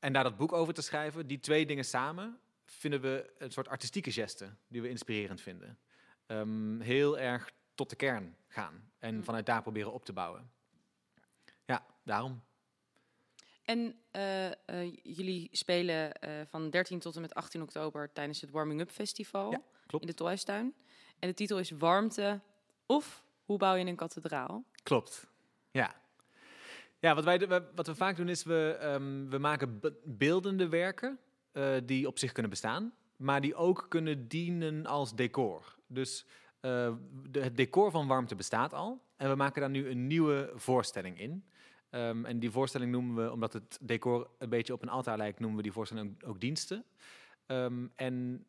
en daar dat boek over te schrijven, die twee dingen samen, vinden we een soort artistieke geste die we inspirerend vinden. Um, heel erg tot de kern gaan en Mm. vanuit daar proberen op te bouwen. Ja, daarom. En uh, uh, jullie spelen uh, van dertien tot en met achttien oktober tijdens het Warming Up Festival Ja, klopt. in de Tolhuistuin. En de titel is Warmte of Hoe bouw je een kathedraal? Klopt, ja. Ja, wat, wij, we- wat we vaak doen is, we, um, we maken be- beeldende werken uh, die op zich kunnen bestaan, maar die ook kunnen dienen als decor. Dus uh, de, het decor van Warmte bestaat al en we maken daar nu een nieuwe voorstelling in. Um, en die voorstelling noemen we, omdat het decor een beetje op een altaar lijkt, noemen we die voorstelling ook, ook diensten. Um, en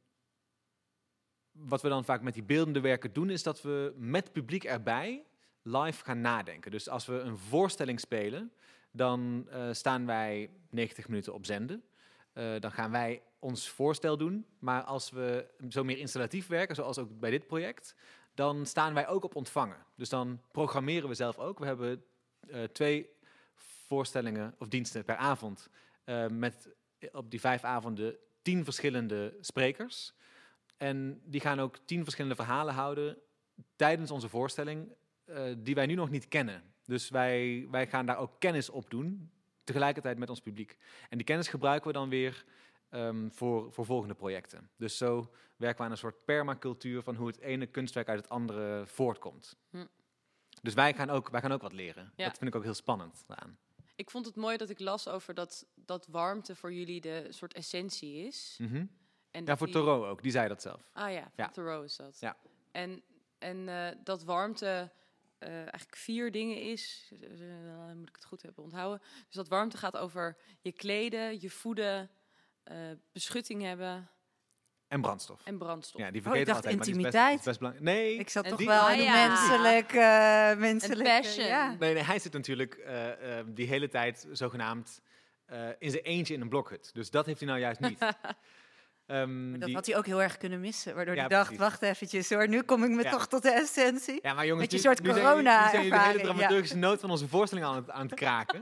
wat we dan vaak met die beeldende werken doen, is dat we met publiek erbij live gaan nadenken. Dus als we een voorstelling spelen, dan uh, staan wij negentig minuten op zenden. Uh, dan gaan wij ons voorstel doen. Maar als we zo meer installatief werken, zoals ook bij dit project, dan staan wij ook op ontvangen. Dus dan programmeren we zelf ook. We hebben uh, twee voorstellingen of diensten per avond. Uh, met op die vijf avonden tien verschillende sprekers. En die gaan ook tien verschillende verhalen houden tijdens onze voorstelling, uh, die wij nu nog niet kennen. Dus wij, wij gaan daar ook kennis op doen, tegelijkertijd met ons publiek. En die kennis gebruiken we dan weer um, voor, voor volgende projecten. Dus zo werken we aan een soort permacultuur van hoe het ene kunstwerk uit het andere voortkomt. Hm. Dus wij gaan ook, wij gaan ook wat leren. Ja. Dat vind ik ook heel spannend aan. Ik vond het mooi dat ik las over dat, dat warmte voor jullie de soort essentie is. Mm-hmm. En Ja, dat voor die- Thoreau ook. Die zei dat zelf. Ah ja, van Ja. Thoreau is dat. Ja. En, en uh, dat warmte uh, eigenlijk vier dingen is, uh, moet ik het goed hebben onthouden. Dus dat warmte gaat over je kleden, je voeden, uh, beschutting hebben En brandstof. en brandstof. Ja, die Oh, ik vergeten dacht altijd. maar die is best- intimiteit. is best belangrijk. Nee, Ik zat En toch die- wel Ah, in de ja. menselijk... uh, menselijk En passion. ja. nee, nee, hij zit natuurlijk uh, uh, die hele tijd zogenaamd uh, in zijn eentje in een blokhut. Dus dat heeft hij nou juist niet. Um, Maar dat die- had hij ook heel erg kunnen missen. Waardoor Ja, hij dacht, precies. wacht eventjes hoor, nu kom ik me Ja. toch tot de essentie. Ja, maar jongens, Met je nu- soort nu zijn jullie- nu zijn jullie de hele corona-ervaring, dramaturgische noot van onze voorstelling aan het, aan het kraken.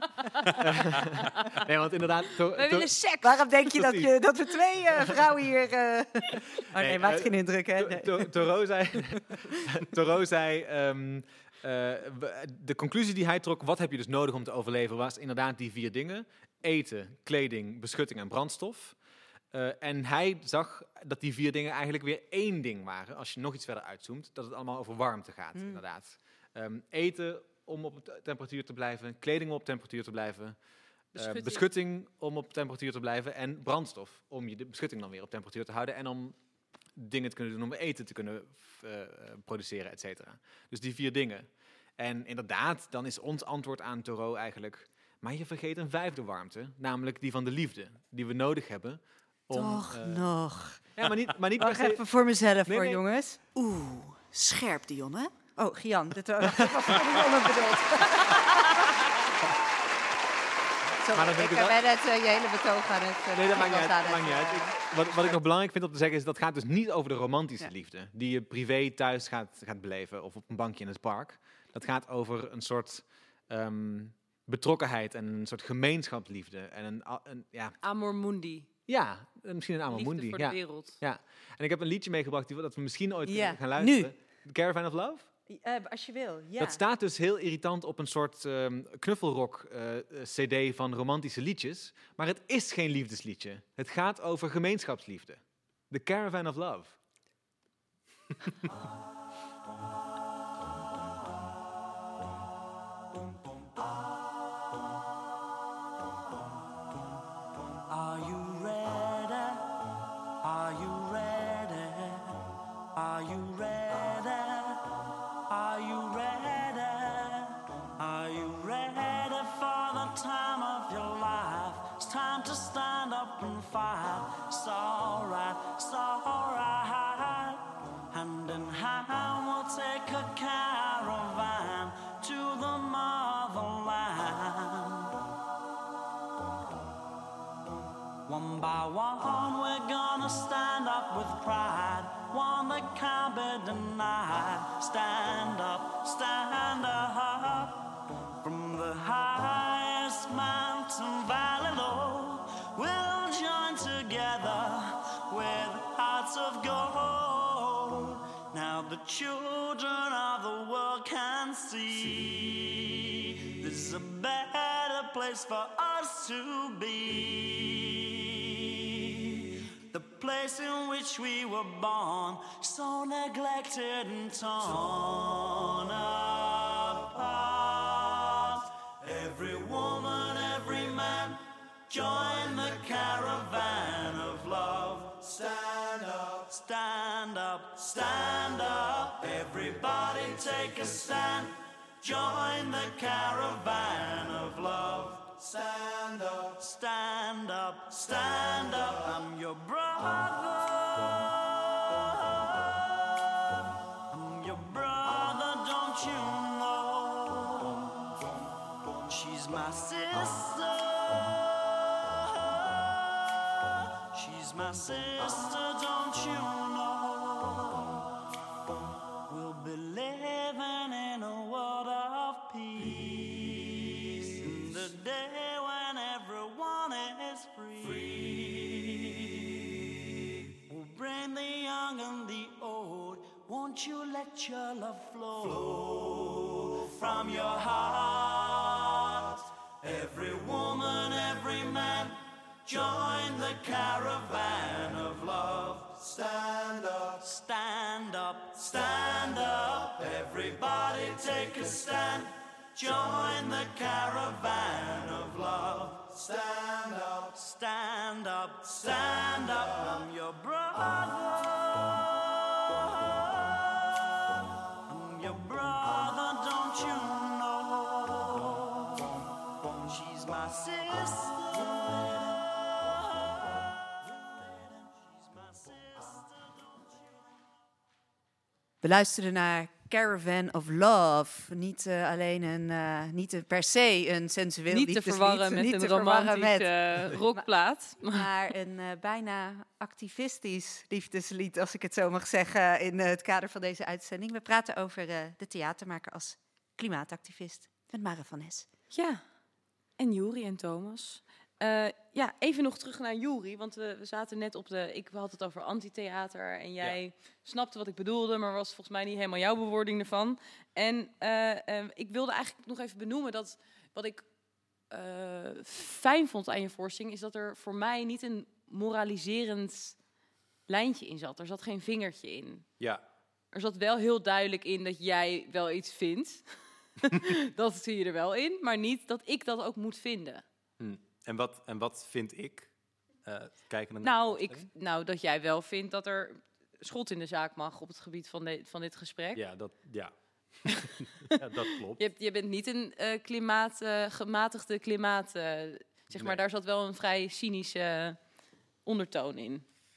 nee, want inderdaad... To, Wij to- willen seks! Waarom denk je dat, Precies. je dat we twee uh, vrouwen hier... Uh... Oh nee, Nee, maakt uh, geen indruk hè. To- Nee. to- Thoreau zei... Thoreau zei um, uh, we- de conclusie die hij trok, wat heb je dus nodig om te overleven, was inderdaad die vier dingen. Eten, kleding, beschutting en brandstof. Uh, en hij zag dat die vier dingen eigenlijk weer één ding waren. Als je nog iets verder uitzoomt, dat het allemaal over warmte gaat, Mm. inderdaad. Um, eten om op te- temperatuur te blijven, kleding om op temperatuur te blijven, uh, Beschutting. beschutting om op temperatuur te blijven en brandstof om je de beschutting dan weer op temperatuur te houden en om dingen te kunnen doen om eten te kunnen uh, uh, produceren, et cetera. Dus die vier dingen. En inderdaad, dan is ons antwoord aan Thoreau eigenlijk, maar je vergeet een vijfde warmte, namelijk die van de liefde, die we nodig hebben. Om, Toch uh, nog. Ja, maar niet, maar niet per Wacht se... even voor mezelf Nee, hoor, nee. jongens. Oeh, scherp Dionne. Oh, Gian, dit was was voor Dionne bedoeld. Sorry, Maar dan vind ik ik het ben net uh, je hele betoog aan het... Uh, Nee, dat maakt niet was uit. aan dat maakt niet het, uit. uh, Ik- wat, wat ik nog belangrijk vind om te zeggen is, dat gaat dus niet over de romantische Ja. liefde. Die je privé thuis gaat, gaat beleven of op een bankje in het park. Dat gaat over een soort um, betrokkenheid en een soort gemeenschapsliefde. En een, a- een ja, Amor mundi. ja, misschien een Liefde Amamundi. voor Ja. de wereld. ja. En ik heb een liedje meegebracht die, we- dat we misschien ooit Ja, uh, gaan luisteren. nu. Caravan of Love? uh, als je wil, ja. Dat staat dus heel irritant op een soort um, knuffelrock uh, cd van romantische liedjes. Maar het is geen liefdesliedje. Het gaat over gemeenschapsliefde. The Caravan of Love. Are you ready? Are you ready? Are you ready? Are you ready? Are you ready for the time of your life? It's time to stand up and fight. It's alright, it's alright. Hand in hand, we'll take a caravan to the motherland. One by one, we're gonna stand up with pride. One that can't be denied. Stand up, stand up. From the highest mountain valley low, we'll children of the world can see. This is a better place for us to be. The place in which we were born, so neglected and torn apart. Every woman, every man, join the caravan of love. Stand up, stand up, stand up. Everybody take a stand. Join the caravan of love. Stand up, stand up, stand up. I'm your brother. I'm your brother, don't you know? She's my sister. She's my sister, don't you know? We'll be living in a world of peace. In the day when everyone is free. We'll bring the young and the old. Won't you let your love flow, flow from your heart? Every woman, every man, join the caravan of love. Stand up, stand up, stand up. Everybody take a stand. Join the caravan of love. Stand up, stand up, stand up. I'm your brother. I'm your brother, don't you know? She's my sister. We luisterden naar Caravan of Love. Niet uh, alleen een, uh, niet een, per se een sensueel niet liefdeslied. Te verwarren met niet een te verwarren romantische met, rockplaat. Maar, maar een uh, bijna activistisch liefdeslied, als ik het zo mag zeggen, in uh, het kader van deze uitzending. We praten over uh, de theatermaker als klimaatactivist met Mara van Ness. Ja, en Juri en Thomas. Uh, ja, even nog terug naar Juri, want we, we zaten net op de... Ik had het over antitheater en jij ja. snapte wat ik bedoelde, maar was volgens mij niet helemaal jouw bewoording ervan. En uh, uh, ik wilde eigenlijk nog even benoemen dat wat ik uh, fijn vond aan je voorstelling, is dat er voor mij niet een moraliserend lijntje in zat. Er zat geen vingertje in. Ja. Er zat wel heel duidelijk in dat jij wel iets vindt. Dat zie je er wel in, maar niet dat ik dat ook moet vinden. Hm. En wat, en wat vind ik? Uh, kijken naar nou, ik, nou, dat jij wel vindt dat er schot in de zaak mag op het gebied van, de, van dit gesprek. Ja, dat, ja. ja, dat klopt. Je, je bent niet een uh, klimaat, uh, gematigde klimaat... Uh, zeg maar, nee. Daar zat wel een vrij cynische ondertoon in.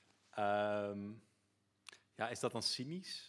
Um, ja, is dat dan cynisch?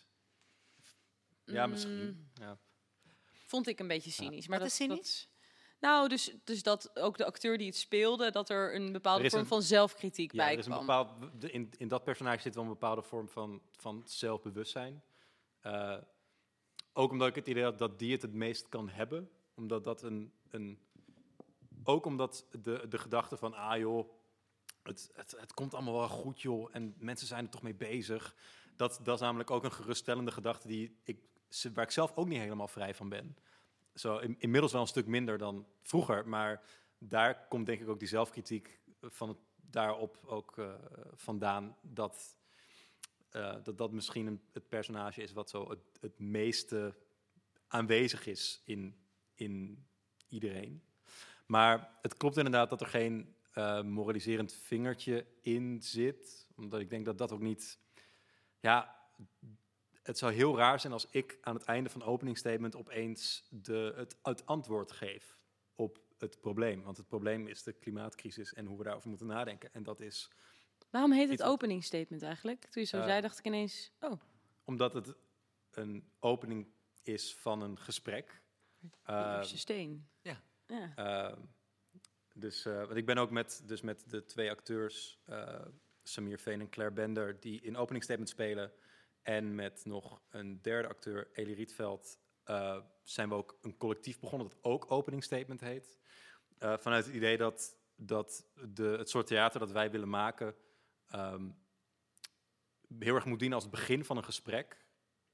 Ja, mm. misschien. Ja. Vond ik een beetje cynisch. Ja. Maar Wat dat, is cynisch? Dat, nou, dus, dus dat ook de acteur die het speelde, dat er een bepaalde er vorm een, van zelfkritiek ja, bij er is een kwam. bepaald, in, in dat personage zit wel een bepaalde vorm van, van zelfbewustzijn. Uh, ook omdat ik het idee had dat die het het meest kan hebben. Omdat dat een... een ook omdat de, de gedachte van, ah joh, het, het, het komt allemaal wel goed joh, en mensen zijn er toch mee bezig. Dat, dat is namelijk ook een geruststellende gedachte die ik, waar ik zelf ook niet helemaal vrij van ben. Zo, in, inmiddels wel een stuk minder dan vroeger, maar daar komt denk ik ook die zelfkritiek van het, daarop ook uh, vandaan, dat, uh, dat dat misschien een, het personage is wat zo het, het meeste aanwezig is in, in iedereen. Maar het klopt inderdaad dat er geen uh, moraliserend vingertje in zit, omdat ik denk dat dat ook niet... Ja, het zou heel raar zijn als ik aan het einde van het openingsstatement opeens de, het, het antwoord geef op het probleem. Want het probleem is de klimaatcrisis en hoe we daarover moeten nadenken. En dat is... Waarom heet het openingsstatement eigenlijk? Toen je zo uh, zei, dacht ik ineens... Oh. Omdat het een opening is van een gesprek. De eerste steen. Ja. ja. Uh, dus, uh, want ik ben ook met, dus met de twee acteurs, uh, Samir Veen en Claire Bender, die in openingsstatement spelen. En met nog een derde acteur, Elie Rietveld, uh, zijn we ook een collectief begonnen dat ook openingsstatement heet. Uh, vanuit het idee dat, dat de, het soort theater dat wij willen maken um, heel erg moet dienen als het begin van een gesprek.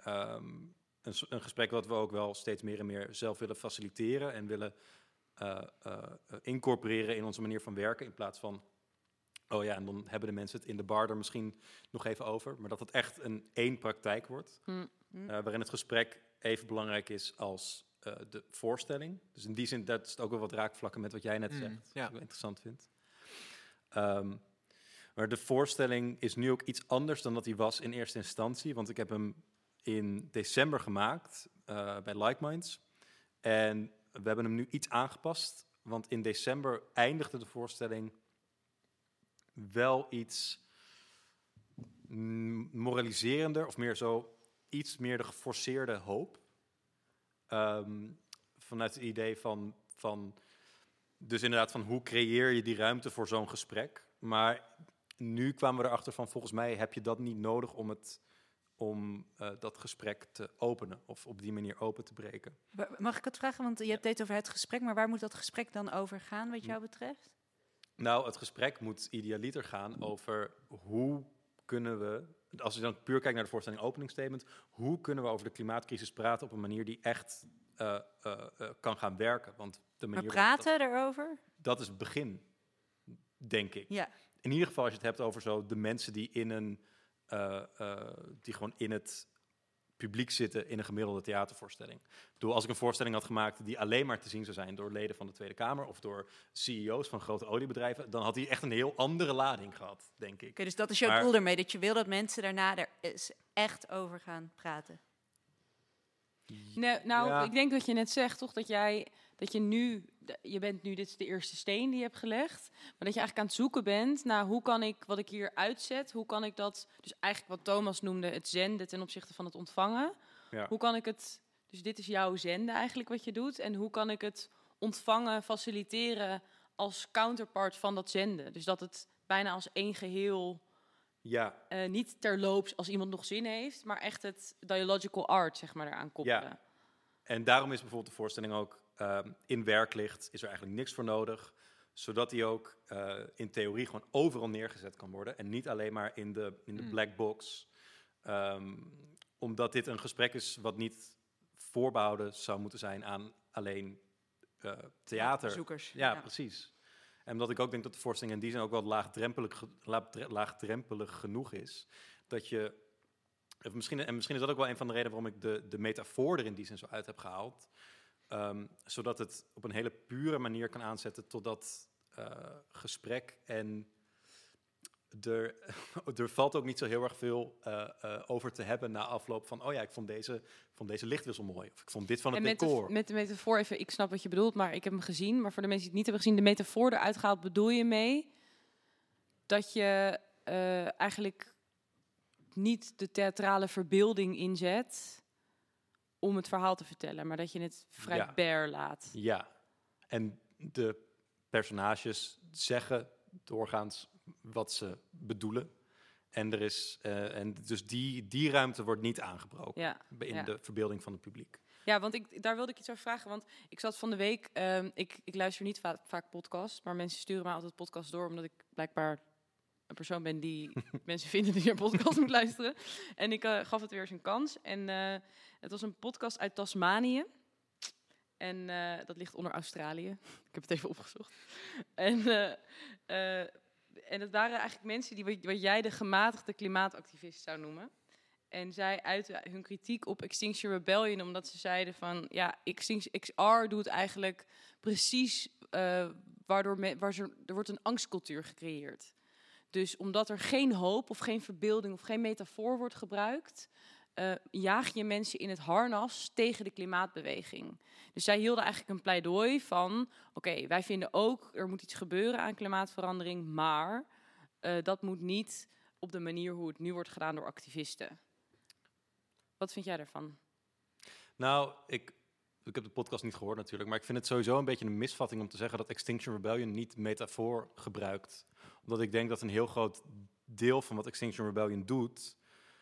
um, een, s- een gesprek wat we ook wel steeds meer en meer zelf willen faciliteren en willen uh, uh, uh, incorporeren in onze manier van werken. In plaats van, oh ja, en dan hebben de mensen het in de bar er misschien nog even over. Maar dat het echt een één praktijk wordt, Hm. uh, waarin het gesprek even belangrijk is als uh, de voorstelling. Dus in die zin, dat is ook wel wat raakvlakken met wat jij net Mm, zegt, ja. wat ik wel interessant vind. Um, maar de voorstelling is nu ook iets anders dan dat hij was in eerste instantie. Want ik heb hem in december gemaakt uh, bij Like Minds. En we hebben hem nu iets aangepast. Want in december eindigde de voorstelling wel iets mm, moraliserender. Of meer zo iets meer de geforceerde hoop. Um, vanuit het idee van, van... Dus inderdaad van hoe creëer je die ruimte voor zo'n gesprek. Maar nu kwamen we erachter van volgens mij heb je dat niet nodig om, het, om uh, dat gesprek te openen. Of op die manier open te breken. Wa- Mag ik het vragen? Want je hebt het over het gesprek, maar waar moet dat gesprek dan over gaan wat jou betreft? Nou, het gesprek moet idealiter gaan over hoe kunnen we, als je dan puur kijkt naar de voorstelling openingsstatement, hoe kunnen we over de klimaatcrisis praten op een manier die echt uh, uh, uh, kan gaan werken? Want de Maar manier praten erover? Dat, dat is het begin, denk ik. Ja. In ieder geval als je het hebt over zo de mensen die in een, uh, uh, die gewoon in het publiek zitten in een gemiddelde theatervoorstelling. Ik bedoel, als ik een voorstelling had gemaakt die alleen maar te zien zou zijn door leden van de Tweede Kamer of door C E O's van grote oliebedrijven, dan had hij echt een heel andere lading gehad, denk ik. Oké, dus dat is jouw Maar- doel ermee, dat je wil dat mensen daarna er eens echt over gaan praten. Nee, nou, Ja. ik denk dat je net zegt, toch, dat jij, dat je nu, de- je bent nu, dit is de eerste steen die je hebt gelegd, maar dat je eigenlijk aan het zoeken bent naar hoe kan ik, wat ik hier uitzet, hoe kan ik dat, dus eigenlijk wat Thomas noemde, het zenden ten opzichte van het ontvangen. Ja. Hoe kan ik het, dus dit is jouw zenden eigenlijk wat je doet, en hoe kan ik het ontvangen, faciliteren als counterpart van dat zenden? Dus dat het bijna als één geheel, Ja, eh, niet terloops als iemand nog zin heeft, maar echt het dialogical art, zeg maar, eraan koppelen. Ja. En daarom is bijvoorbeeld de voorstelling ook um, in werklicht is er eigenlijk niks voor nodig, zodat die ook uh, in theorie gewoon overal neergezet kan worden en niet alleen maar in de, in de Mm. black box. Um, omdat dit een gesprek is wat niet voorbehouden zou moeten zijn aan alleen uh, theater. Bezoekers. Ja, precies. En omdat ik ook denk dat de voorstelling in die zin ook wel laagdrempelig, ge- laagdre- laagdrempelig genoeg is, dat je, of misschien, en misschien is dat ook wel een van de redenen waarom ik de, de metafoor er in die zin zo uit heb gehaald, um, zodat het op een hele pure manier kan aanzetten tot dat uh, gesprek. En er, er valt ook niet zo heel erg veel uh, uh, over te hebben na afloop van, oh ja, ik vond deze, vond deze lichtwissel mooi, of ik vond dit van het En met de, decor. met de metafoor, even, ik snap wat je bedoelt, maar ik heb hem gezien. Maar voor de mensen die het niet hebben gezien, de metafoor eruit gehaald, bedoel je mee dat je uh, eigenlijk niet de theatrale verbeelding inzet om het verhaal te vertellen, maar dat je het vrij Ja. bare laat. Ja, en de personages zeggen doorgaans wat ze bedoelen. En, er is, uh, en dus die, die ruimte wordt niet aangebroken Ja, in ja. de verbeelding van het publiek. Ja, want ik, daar wilde ik iets over vragen. Want ik zat van de week, um, ik, ik luister niet va- vaak podcasts, maar mensen sturen mij altijd podcasts door, omdat ik blijkbaar een persoon ben die mensen vinden die naar podcast moet luisteren. En ik uh, gaf het weer eens een kans. En uh, het was een podcast uit Tasmanië. En uh, dat ligt onder Australië. Ik heb het even opgezocht. En, uh, uh, en het waren eigenlijk mensen die wat, wat jij de gematigde klimaatactivist zou noemen. En zij uiten hun kritiek op Extinction Rebellion, omdat ze zeiden van, ja, Extinction X R doet eigenlijk precies, uh, waardoor me, waar ze, er wordt een angstcultuur gecreëerd. Dus omdat er geen hoop of geen verbeelding of geen metafoor wordt gebruikt, uh, jaag je mensen in het harnas tegen de klimaatbeweging. Dus zij hielden eigenlijk een pleidooi van, oké, okay, wij vinden ook, er moet iets gebeuren aan klimaatverandering, maar uh, dat moet niet op de manier hoe het nu wordt gedaan door activisten. Wat vind jij daarvan? Nou, ik, ik heb de podcast niet gehoord natuurlijk, maar ik vind het sowieso een beetje een misvatting om te zeggen dat Extinction Rebellion niet metafoor gebruikt. Omdat ik denk dat een heel groot deel van wat Extinction Rebellion doet,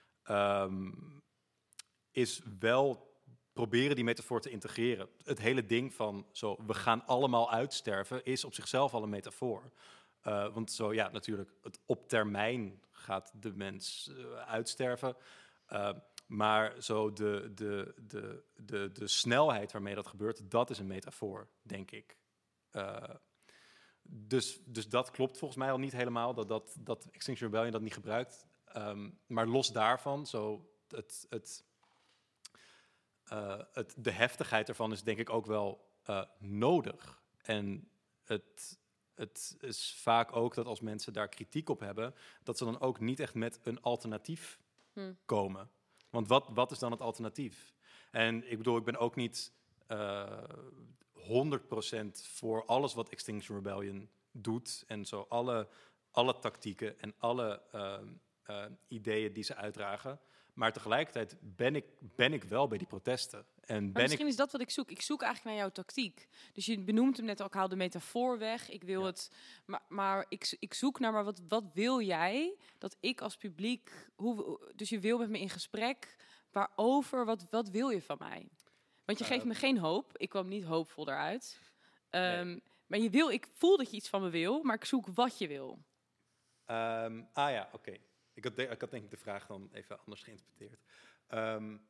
um, is wel proberen die metafoor te integreren. Het hele ding van zo, we gaan allemaal uitsterven, is op zichzelf al een metafoor. Uh, want zo, ja, natuurlijk, het op termijn gaat de mens uh, uitsterven. Uh, Maar zo de, de, de, de, de snelheid waarmee dat gebeurt, dat is een metafoor, denk ik. Uh, dus, dus dat klopt volgens mij al niet helemaal, dat, dat, dat Extinction Rebellion dat niet gebruikt. Um, maar los daarvan, zo het, het, uh, het, de heftigheid ervan is denk ik ook wel uh, nodig. En het, het is vaak ook dat als mensen daar kritiek op hebben, dat ze dan ook niet echt met een alternatief hm. komen. Want wat, wat is dan het alternatief? En ik bedoel, ik ben ook niet uh, honderd procent voor alles wat Extinction Rebellion doet. En zo alle, alle tactieken en alle uh, uh, ideeën die ze uitdragen. Maar tegelijkertijd ben ik, ben ik wel bij die protesten. En ben maar misschien ik... is dat wat ik zoek. Ik zoek eigenlijk naar jouw tactiek. Dus je benoemt hem net ook, haal de metafoor weg. Ik wil ja. het, maar, maar ik, ik zoek naar, maar wat, wat wil jij dat ik als publiek... Hoe, dus je wil met me in gesprek, waarover, wat, wat wil je van mij? Want je uh, geeft me geen hoop. Ik kwam niet hoopvol eruit. Um, nee. Maar je wil, ik voel dat je iets van me wil, maar ik zoek wat je wil. Um, ah ja, oké. Okay. Ik had, de, ik had denk ik de vraag dan even anders geïnterpreteerd. Um,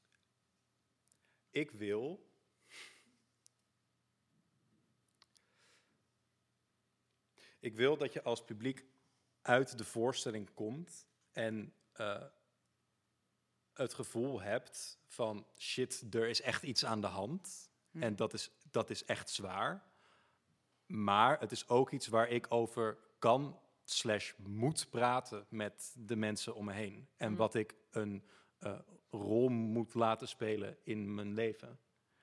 ik wil... Ik wil dat je als publiek uit de voorstelling komt en uh, het gevoel hebt van shit, er is echt iets aan de hand. Hm. En dat is, dat is echt zwaar. Maar het is ook iets waar ik over kan slash moet praten met de mensen om me heen. En mm. wat ik een uh, rol moet laten spelen in mijn leven.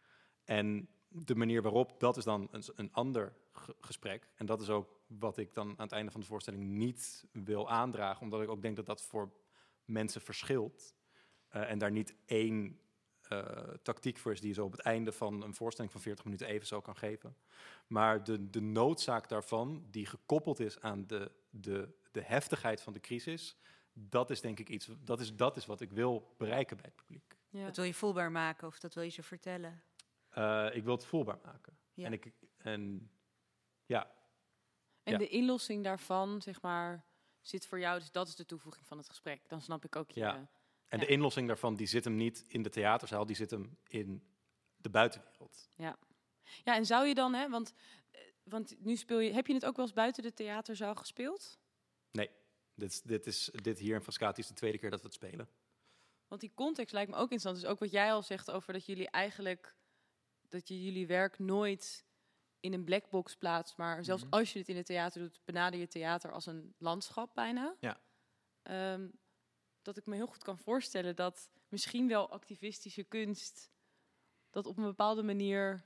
En de manier waarop, dat is dan een, een ander g- gesprek. En dat is ook wat ik dan aan het einde van de voorstelling niet wil aandragen. Omdat ik ook denk dat dat voor mensen verschilt. Uh, en daar niet één uh, tactiek voor is die je zo op het einde van een voorstelling van veertig minuten even zo kan geven. Maar de, de noodzaak daarvan, die gekoppeld is aan de, de, de heftigheid van de crisis, dat is denk ik iets, dat is, dat is wat ik wil bereiken bij het publiek. Ja. Dat wil je voelbaar maken of dat wil je ze vertellen? Uh, ik wil het voelbaar maken. Ja. En, ik, en ja. En ja. de inlossing daarvan, zeg maar, zit voor jou, dus dat is de toevoeging van het gesprek. Dan snap ik ook je... Ja. En ja. de inlossing daarvan, die zit hem niet in de theaterzaal, die zit hem in de buitenwereld. Ja. Ja, en zou je dan, hè, want, want nu speel je... Heb je het ook wel eens buiten de theaterzaal gespeeld? Nee, dit, dit, is, dit hier in Frascati is de tweede keer dat we het spelen. Want die context lijkt me ook interessant. Dus ook wat jij al zegt over dat jullie eigenlijk... dat je jullie werk nooit in een blackbox plaatst, maar zelfs mm-hmm. als je het in het theater doet, benader je theater als een landschap bijna. Ja. Um, dat ik me heel goed kan voorstellen dat misschien wel activistische kunst dat op een bepaalde manier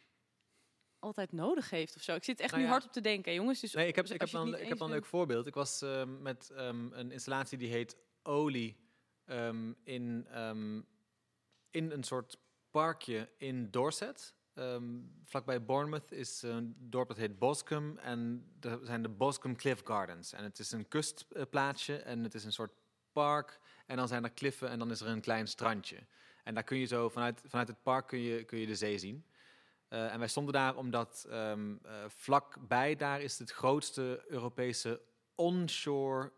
altijd nodig heeft of zo. Ik zit echt nou nu ja. hard op te denken, jongens. Dus nee, ik heb, dus ik heb dan, ik heb dan een leuk voorbeeld. Ik was uh, met um, een installatie die heet Olie um, in, um, in een soort parkje in Dorset. Um, vlakbij Bournemouth is een dorp dat heet Boscombe en er zijn de Boscombe Cliff Gardens. En het is een kustplaatsje en het is een soort park en dan zijn er kliffen en dan is er een klein strandje. En daar kun je zo, vanuit, vanuit het park kun je, kun je de zee zien. Uh, en wij stonden daar omdat um, uh, vlakbij daar is het grootste Europese onshore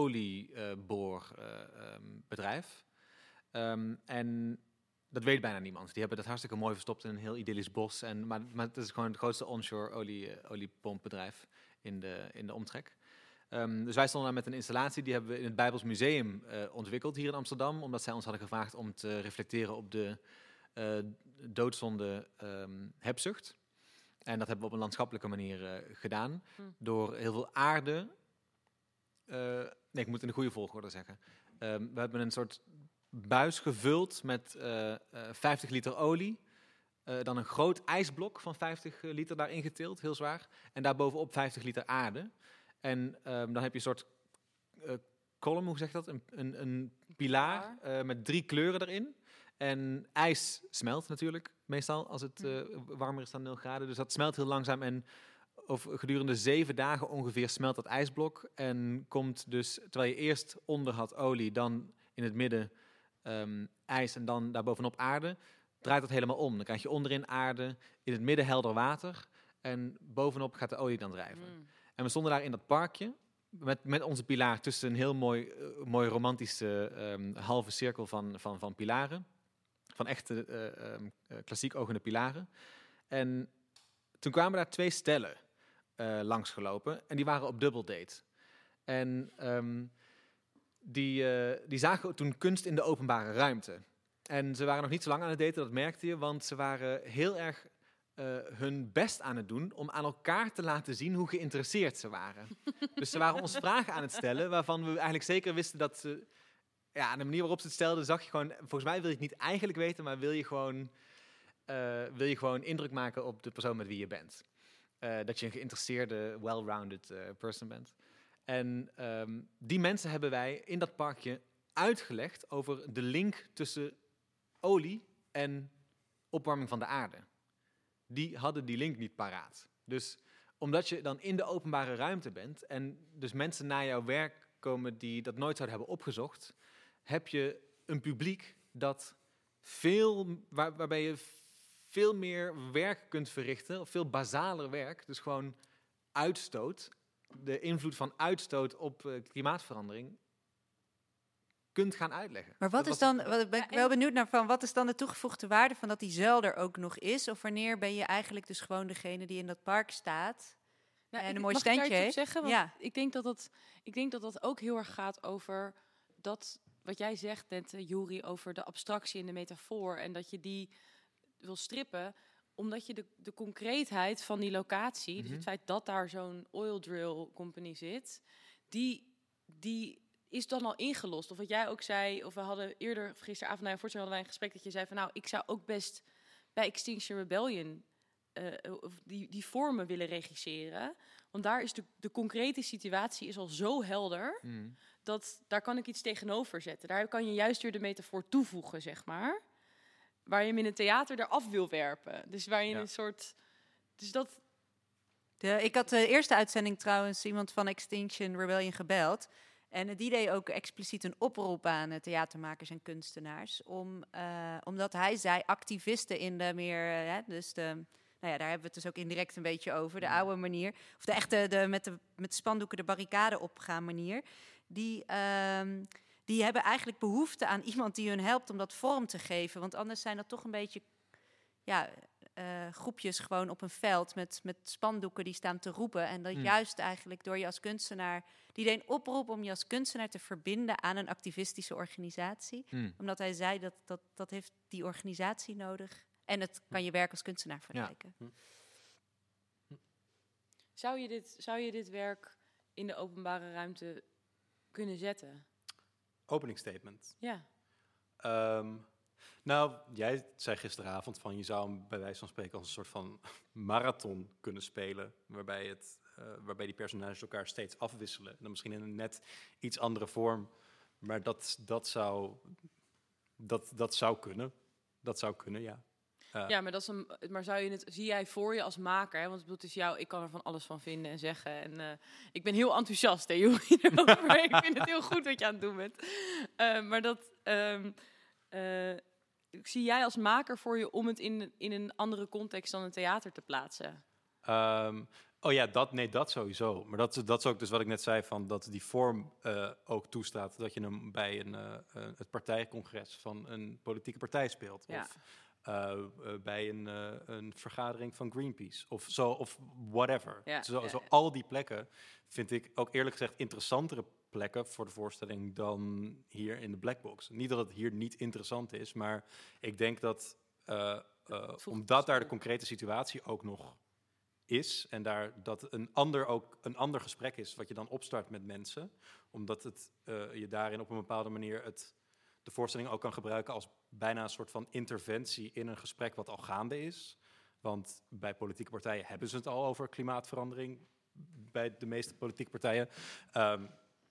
olieboorbedrijf. Uh, um, en dat weet bijna niemand. Die hebben dat hartstikke mooi verstopt in een heel idyllisch bos. En, maar, maar het is gewoon het grootste onshore olie, uh, oliepompbedrijf in de, in de omtrek. Um, dus wij stonden daar met een installatie, die hebben we in het Bijbels Museum uh, ontwikkeld hier in Amsterdam. Omdat zij ons hadden gevraagd om te reflecteren op de uh, doodzonde um, hebzucht. En dat hebben we op een landschappelijke manier uh, gedaan. Hm. Door heel veel aarde... Uh, nee, ik moet in de goede volgorde zeggen. Um, we hebben een soort buis gevuld met uh, uh, vijftig liter olie. Uh, dan een groot ijsblok van vijftig liter daarin getild, heel zwaar. En daarbovenop vijftig liter aarde. En um, dan heb je een soort uh, column, hoe zeg je dat? Een, een, een pilaar uh, met drie kleuren erin. En ijs smelt natuurlijk, meestal als het uh, warmer is dan nul graden. Dus dat smelt heel langzaam en over gedurende zeven dagen ongeveer smelt dat ijsblok. En komt dus, terwijl je eerst onder had olie, dan in het midden um, ijs en dan daarbovenop aarde, draait dat helemaal om. Dan krijg je onderin aarde, in het midden helder water en bovenop gaat de olie dan drijven. Mm. En we stonden daar in dat parkje met, met onze pilaar tussen een heel mooi, uh, mooi romantische um, halve cirkel van, van, van pilaren. Van echte uh, um, uh, klassiek ogende pilaren. En toen kwamen daar twee stellen uh, langsgelopen. En die waren op dubbeldate. En um, die, uh, die zagen toen kunst in de openbare ruimte. En ze waren nog niet zo lang aan het daten, dat merkte je. Want ze waren heel erg uh, hun best aan het doen om aan elkaar te laten zien hoe geïnteresseerd ze waren. Dus ze waren ons vragen aan het stellen waarvan we eigenlijk zeker wisten dat ze... Ja, aan de manier waarop ze het stelden zag je gewoon... Volgens mij wil je het niet eigenlijk weten, maar wil je gewoon, uh, wil je gewoon indruk maken op de persoon met wie je bent. Uh, dat je een geïnteresseerde, well-rounded uh, person bent. En um, die mensen hebben wij in dat parkje uitgelegd over de link tussen olie en opwarming van de aarde. Die hadden die link niet paraat. Dus omdat je dan in de openbare ruimte bent en dus mensen naar jouw werk komen die dat nooit zouden hebben opgezocht, heb je een publiek dat veel, waar, waarbij je veel meer werk kunt verrichten, of veel basaler werk, dus gewoon uitstoot, de invloed van uitstoot op uh, klimaatverandering, kunt gaan uitleggen. Maar wat dat is dan, wat, ben ik wel benieuwd naar van, wat is dan de toegevoegde waarde van dat die zuil er ook nog is? Of wanneer ben je eigenlijk dus gewoon degene die in dat park staat Nou, en ik, een mooi mag ik daar standje iets op heeft? zeggen? Want Ja. ik, denk dat dat, ik denk dat dat ook heel erg gaat over dat, wat jij zegt net, uh, Juri, over de abstractie en de metafoor. En dat je die wil strippen, omdat je de, de concreetheid van die locatie, Mm-hmm. dus het feit dat daar zo'n oil drill company zit, die, die is dan al ingelost. Of wat jij ook zei, of we hadden eerder, gisteravond na een voorstel hadden wij een gesprek dat je zei van nou, ik zou ook best bij Extinction Rebellion uh, of die, die vormen willen regisseren. Want daar is de, de concrete situatie is al zo helder, Mm. dat daar kan ik iets tegenover zetten. Daar kan je juist weer de metafoor toevoegen, zeg maar. Waar je hem in een theater eraf wil werpen. Dus waar je Ja. een soort... Dus dat... De, ik had de eerste uitzending trouwens iemand van Extinction Rebellion gebeld. En uh, die deed ook expliciet een oproep aan uh, theatermakers en kunstenaars. Om, uh, omdat hij zei, activisten in de meer... Uh, hè, dus de, nou ja, daar hebben we het dus ook indirect een beetje over. De oude manier. Of de echte, de, met, de, met spandoeken de barricade opgaan manier. Die... Um, Die hebben eigenlijk behoefte aan iemand die hun helpt om dat vorm te geven. Want anders zijn dat toch een beetje ja, uh, groepjes gewoon op een veld met, met spandoeken die staan te roepen. En dat Mm. juist eigenlijk door je als kunstenaar... Die deed een oproep om je als kunstenaar te verbinden aan een activistische organisatie. Mm. Omdat hij zei dat, dat dat heeft die organisatie nodig. En het kan je werk als kunstenaar verrijken. Hm. Zou je dit, zou je dit werk in de openbare ruimte kunnen zetten? Openingsstatement. Ja. Um, nou, jij zei gisteravond van je zou hem bij wijze van spreken als een soort van marathon kunnen spelen, waarbij, het, uh, waarbij die personages elkaar steeds afwisselen. Dan misschien in een net iets andere vorm, maar dat, dat, zou, dat, dat zou kunnen. Dat zou kunnen, ja. Uh, Ja, maar, dat is een, maar zou je het, zie jij voor je als maker? Hè? Want het bedoelt, is jou, ik kan er van alles van vinden en zeggen. En uh, ik ben heel enthousiast, hè, Juri, erover. Ik vind het heel goed wat je aan het doen bent. Uh, maar dat um, uh, zie jij als maker voor je om het in, in een andere context dan een theater te plaatsen? Um, oh ja, dat, nee, dat sowieso. Maar dat, dat is ook dus wat ik net zei, van dat die vorm uh, ook toestaat dat je hem bij een, uh, uh, het partijcongres van een politieke partij speelt. Ja. Of uh, uh, bij een, uh, een vergadering van Greenpeace. Of zo, of whatever. Ja, Zo, ja, zo ja. al die plekken vind ik ook eerlijk gezegd interessantere plekken voor de voorstelling dan hier in de Blackbox. Niet dat het hier niet interessant is, maar ik denk dat uh, uh, omdat daar de concrete situatie ook nog is en daar dat een ander ook een ander gesprek is wat je dan opstart met mensen, omdat het uh, je daarin op een bepaalde manier het de voorstelling ook kan gebruiken als bijna een soort van interventie in een gesprek wat al gaande is. Want bij politieke partijen hebben ze het al over klimaatverandering, bij de meeste politieke partijen. Um,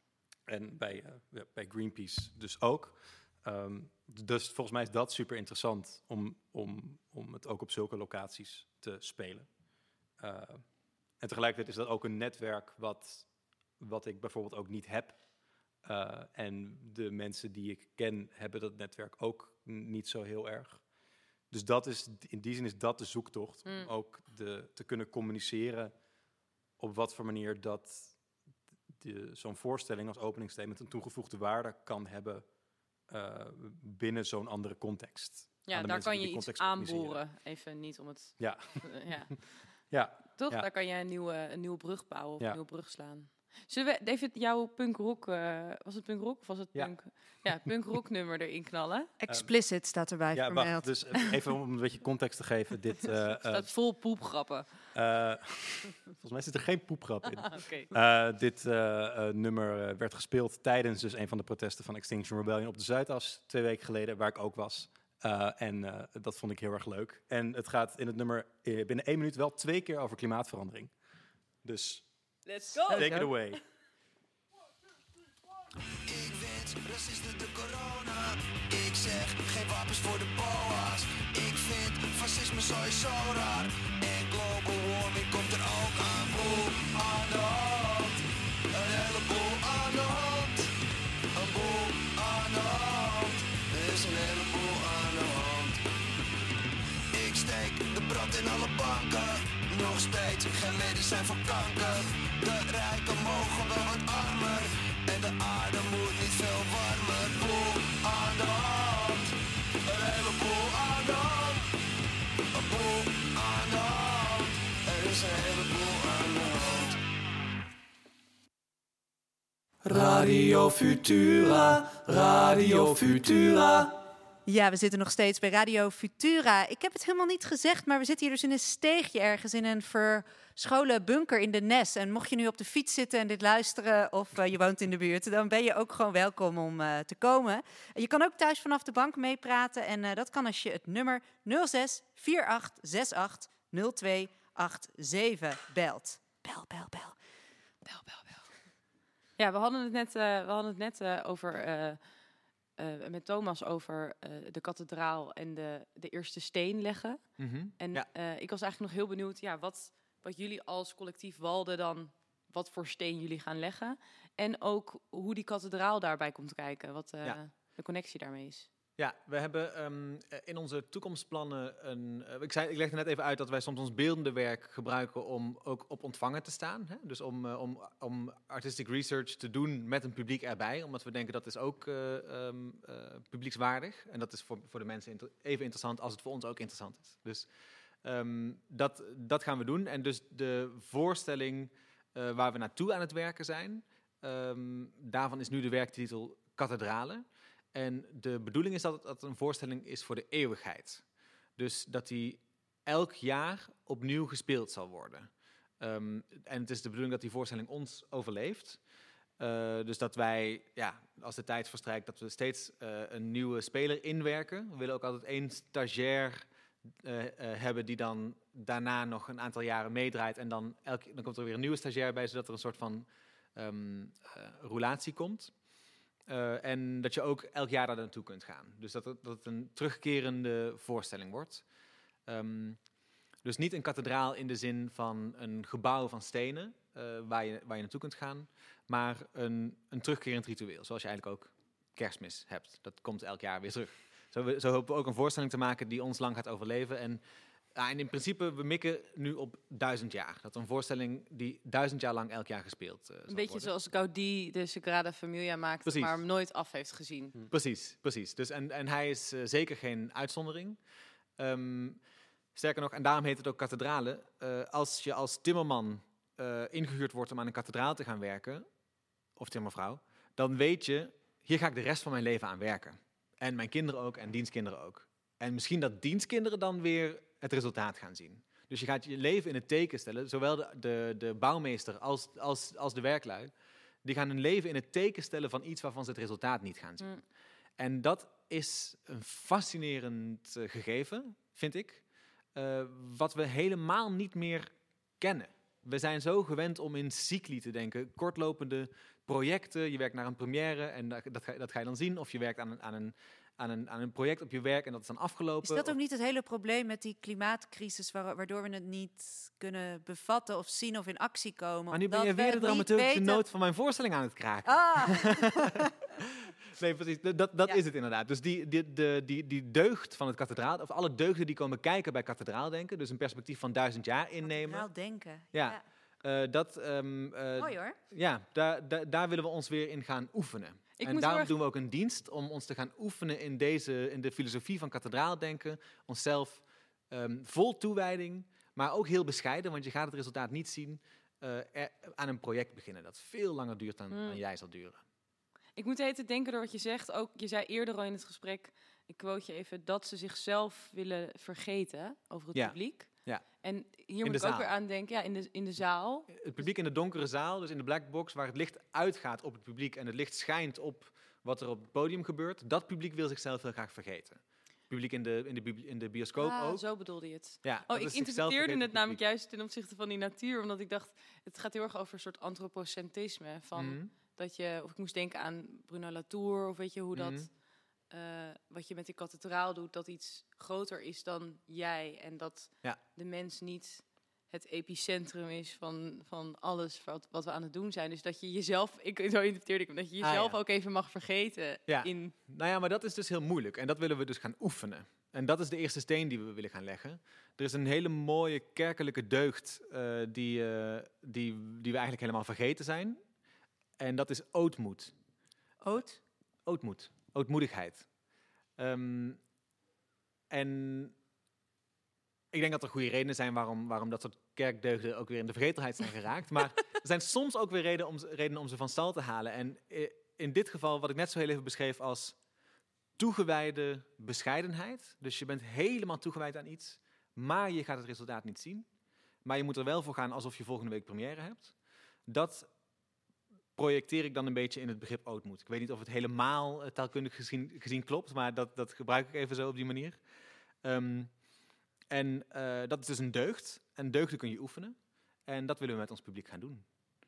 en bij, uh, ja, bij Greenpeace dus ook. Um, dus volgens mij is dat super interessant om, om, om het ook op zulke locaties te spelen. Uh, en tegelijkertijd is dat ook een netwerk wat, wat ik bijvoorbeeld ook niet heb. Uh, en de mensen die ik ken hebben dat netwerk ook niet zo heel erg. Dus dat is, in die zin is dat de zoektocht. Mm. Om ook de, te kunnen communiceren op wat voor manier dat de, zo'n voorstelling als openingsstatement een toegevoegde waarde kan hebben uh, binnen zo'n andere context. Ja, daar kan je iets aanboren. Even niet om het... Ja. Uh, ja. ja. Toch? Ja. Daar kan je een nieuwe, een nieuwe brug bouwen of ja. een nieuwe brug slaan. Zullen we, David, jouw punkrock... Uh, was het punkrock of was het ja. punk... Ja, punkrock nummer erin knallen? Explicit staat erbij ja, vermeld. Wacht, dus even om een beetje context te geven. Dit uh, uh, staat vol poepgrappen. Uh, volgens mij zit er geen poepgrap in. okay. uh, dit uh, uh, nummer uh, werd gespeeld tijdens dus een van de protesten van Extinction Rebellion op de Zuidas. Twee weken geleden, waar ik ook was. Uh, en uh, dat vond ik heel erg leuk. En het gaat in het nummer uh, binnen één minuut wel twee keer over klimaatverandering. Dus let's go. Take it away. Ik wens racisten de corona. Ik zeg geen wapens voor de boa's. Ik vind fascisme sowieso raar. En global warming komt er ook aan. Boel aan de hand. Een heleboel aan de hand. Een boel aan de hand. Er is een heleboel aan de hand. Ik steek de brand in alle banken. Nog steeds geen medicijn voor kanker. De rijken mogen wel wat armer. En de aarde moet niet veel warmer. Boel aan de hand. Een heleboel aan de hand. Een boel aan de hand. Er is een heleboel aan de hand. Radio Futura, Radio Futura. Ja, we zitten nog steeds bij Radio Futura. Ik heb het helemaal niet gezegd, maar we zitten hier dus in een steegje ergens in een verscholen bunker in de Nes. En mocht je nu op de fiets zitten en dit luisteren of uh, je woont in de buurt, dan ben je ook gewoon welkom om uh, te komen. Je kan ook thuis vanaf de bank meepraten en uh, dat kan als je het nummer nul zes vier acht zes acht nul twee acht zeven belt. Bel, bel, bel. Bel, bel, bel. Ja, we hadden het net, uh, we hadden het net uh, over... Uh, Uh, met Thomas over uh, de kathedraal en de, de eerste steen leggen. Mm-hmm. En ja. uh, ik was eigenlijk nog heel benieuwd, ja, wat, wat jullie als collectief Walden dan, wat voor steen jullie gaan leggen. En ook hoe die kathedraal daarbij komt kijken, wat uh, ja. de connectie daarmee is. Ja, we hebben um, in onze toekomstplannen een... Uh, ik, zei, ik legde net even uit dat wij soms ons beeldende werk gebruiken om ook op ontvangen te staan. Hè? Dus om, uh, om, om artistic research te doen met een publiek erbij. Omdat we denken dat is ook uh, um, uh, publiekswaardig. En dat is voor, voor de mensen inter- even interessant als het voor ons ook interessant is. Dus um, dat, dat gaan we doen. En dus de voorstelling uh, waar we naartoe aan het werken zijn... Um, daarvan is nu de werktitel Kathedralen. En de bedoeling is dat het, dat het een voorstelling is voor de eeuwigheid. Dus dat die elk jaar opnieuw gespeeld zal worden. Um, en het is de bedoeling dat die voorstelling ons overleeft. Uh, dus dat wij, ja, als de tijd verstrijkt, dat we steeds uh, een nieuwe speler inwerken. We willen ook altijd één stagiair uh, uh, hebben die dan daarna nog een aantal jaren meedraait. En dan, elk, dan komt er weer een nieuwe stagiair bij, zodat er een soort van um, uh, roulatie komt. Uh, en dat je ook elk jaar daar naartoe kunt gaan. Dus dat het, dat het een terugkerende voorstelling wordt. Um, dus niet een kathedraal in de zin van een gebouw van stenen... Uh, waar, je, waar je naartoe kunt gaan... maar een, een terugkerend ritueel. Zoals je eigenlijk ook Kerstmis hebt. Dat komt elk jaar weer terug. Zo, we, zo hopen we ook een voorstelling te maken die ons lang gaat overleven. En, uh, en in principe, we mikken nu op duizend jaar. Dat een voorstelling die duizend jaar lang elk jaar gespeeld uh, Een beetje worden. zoals Gaudí de Sagrada Familia maakt, Precies. maar hem nooit af heeft gezien. Hm. Precies, precies. Dus en, en hij is uh, zeker geen uitzondering. Um, sterker nog, en daarom heet het ook kathedralen. Uh, als je als timmerman uh, ingehuurd wordt om aan een kathedraal te gaan werken, of timmervrouw, dan weet je, hier ga ik de rest van mijn leven aan werken. En mijn kinderen ook, en dienstkinderen ook. En misschien dat dienstkinderen dan weer het resultaat gaan zien. Dus je gaat je leven in het teken stellen, zowel de, de, de bouwmeester als, als, als de werklui. Die gaan hun leven in het teken stellen van iets waarvan ze het resultaat niet gaan zien. Mm. En dat is een fascinerend uh, gegeven, vind ik. Uh, wat we helemaal niet meer kennen. We zijn zo gewend om in cycli te denken. Kortlopende projecten. Je werkt naar een première en dat, dat, ga, dat ga je dan zien. Of je werkt aan een, aan, een, aan, een, aan een project op je werk en dat is dan afgelopen. Is dat ook of... niet het hele probleem met die klimaatcrisis... waardoor we het niet kunnen bevatten of zien of in actie komen? Maar nu ben je weer de dramaturgische weten... noot van mijn voorstelling aan het kraken. Ah. Nee, precies. Dat, dat ja. is het inderdaad. Dus die, die, die, die, die deugd van het kathedraal, of alle deugden die komen kijken bij kathedraaldenken, dus een perspectief van duizend jaar innemen. Kathedraaldenken, ja. Uh, dat, um, uh, Mooi hoor. Ja, daar, daar, daar willen we ons weer in gaan oefenen. Ik en moet daarom erg... doen we ook een dienst om ons te gaan oefenen in, deze, in de filosofie van kathedraaldenken. Onszelf um, vol toewijding, maar ook heel bescheiden, want je gaat het resultaat niet zien, uh, er, aan een project beginnen dat veel langer duurt dan, hmm. dan jij zal duren. Ik moet even denken door wat je zegt. Ook, je zei eerder al in het gesprek, ik quote je even, dat ze zichzelf willen vergeten over het ja. publiek. Ja. En hier moet ik zaal. ook weer aan denken, ja, in de, in de zaal. Het publiek in de donkere zaal, dus in de black box, waar het licht uitgaat op het publiek en het licht schijnt op wat er op het podium gebeurt, dat publiek wil zichzelf heel graag vergeten. Het publiek in de, in de, in de bioscoop ah, ook. Zo bedoelde je het. Ja, oh, ik interpreteerde het namelijk juist ten opzichte van die natuur, omdat ik dacht, het gaat heel erg over een soort antropocentrisme. Van mm-hmm. dat je, of ik moest denken aan Bruno Latour, of weet je hoe dat, mm-hmm. uh, wat je met die kathedraal doet, dat iets groter is dan jij en dat ja. de mens niet het epicentrum is van, van alles wat, wat we aan het doen zijn. Dus dat je jezelf, ik, zo interpreteerde ik hem, dat je jezelf ah, ja. ook even mag vergeten. Ja. In... Nou ja, maar dat is dus heel moeilijk. En dat willen we dus gaan oefenen. En dat is de eerste steen die we willen gaan leggen. Er is een hele mooie kerkelijke deugd uh, die, uh, die, die we eigenlijk helemaal vergeten zijn. En dat is ootmoed. Oot? Ootmoed. Ootmoedigheid. Um, en ik denk dat er goede redenen zijn waarom, waarom dat soort kerkdeugden ook weer in de vergetelheid zijn geraakt. Maar er zijn soms ook weer redenen om, redenen om ze van stal te halen. En in dit geval, wat ik net zo heel even beschreef als toegewijde bescheidenheid. Dus je bent helemaal toegewijd aan iets, maar je gaat het resultaat niet zien. Maar je moet er wel voor gaan alsof je volgende week première hebt. Dat projecteer ik dan een beetje in het begrip ootmoed. Ik weet niet of het helemaal uh, taalkundig gezien, gezien klopt, maar dat, dat gebruik ik even zo op die manier. Um, en uh, dat is dus een deugd. En deugden kun je oefenen. En dat willen we met ons publiek gaan doen.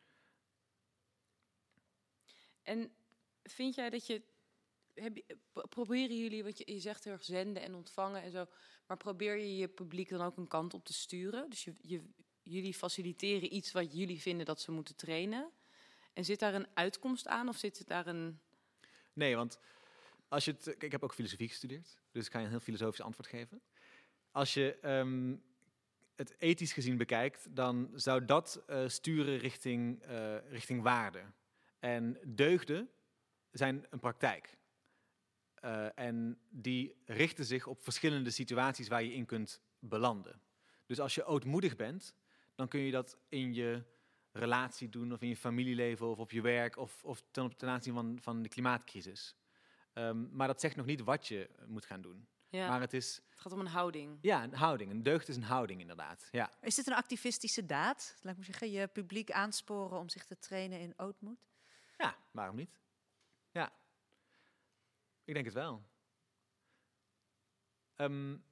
En vind jij dat je... Heb je proberen jullie, want je, je zegt heel erg zenden en ontvangen en zo, maar probeer je je publiek dan ook een kant op te sturen? Dus je, je, jullie faciliteren iets wat jullie vinden dat ze moeten trainen. En zit daar een uitkomst aan of zit daar een... Nee, want als je het... Kijk, ik heb ook filosofie gestudeerd, dus ik ga je een heel filosofisch antwoord geven. Als je um, het ethisch gezien bekijkt, dan zou dat uh, sturen richting, uh, richting waarde. En deugden zijn een praktijk. Uh, en die richten zich op verschillende situaties waar je in kunt belanden. Dus als je ootmoedig bent, dan kun je dat in je relatie doen, of in je familieleven, of op je werk, of, of ten, ten aanzien van, van de klimaatcrisis. Um, maar dat zegt nog niet wat je moet gaan doen. Ja. Maar het is... Het gaat om een houding. Ja, een houding. Een deugd is een houding, inderdaad. Ja. Is dit een activistische daad? Laat me zeggen, je publiek aansporen om zich te trainen in ootmoed? Ja, waarom niet? Ja. Ik denk het wel. Um,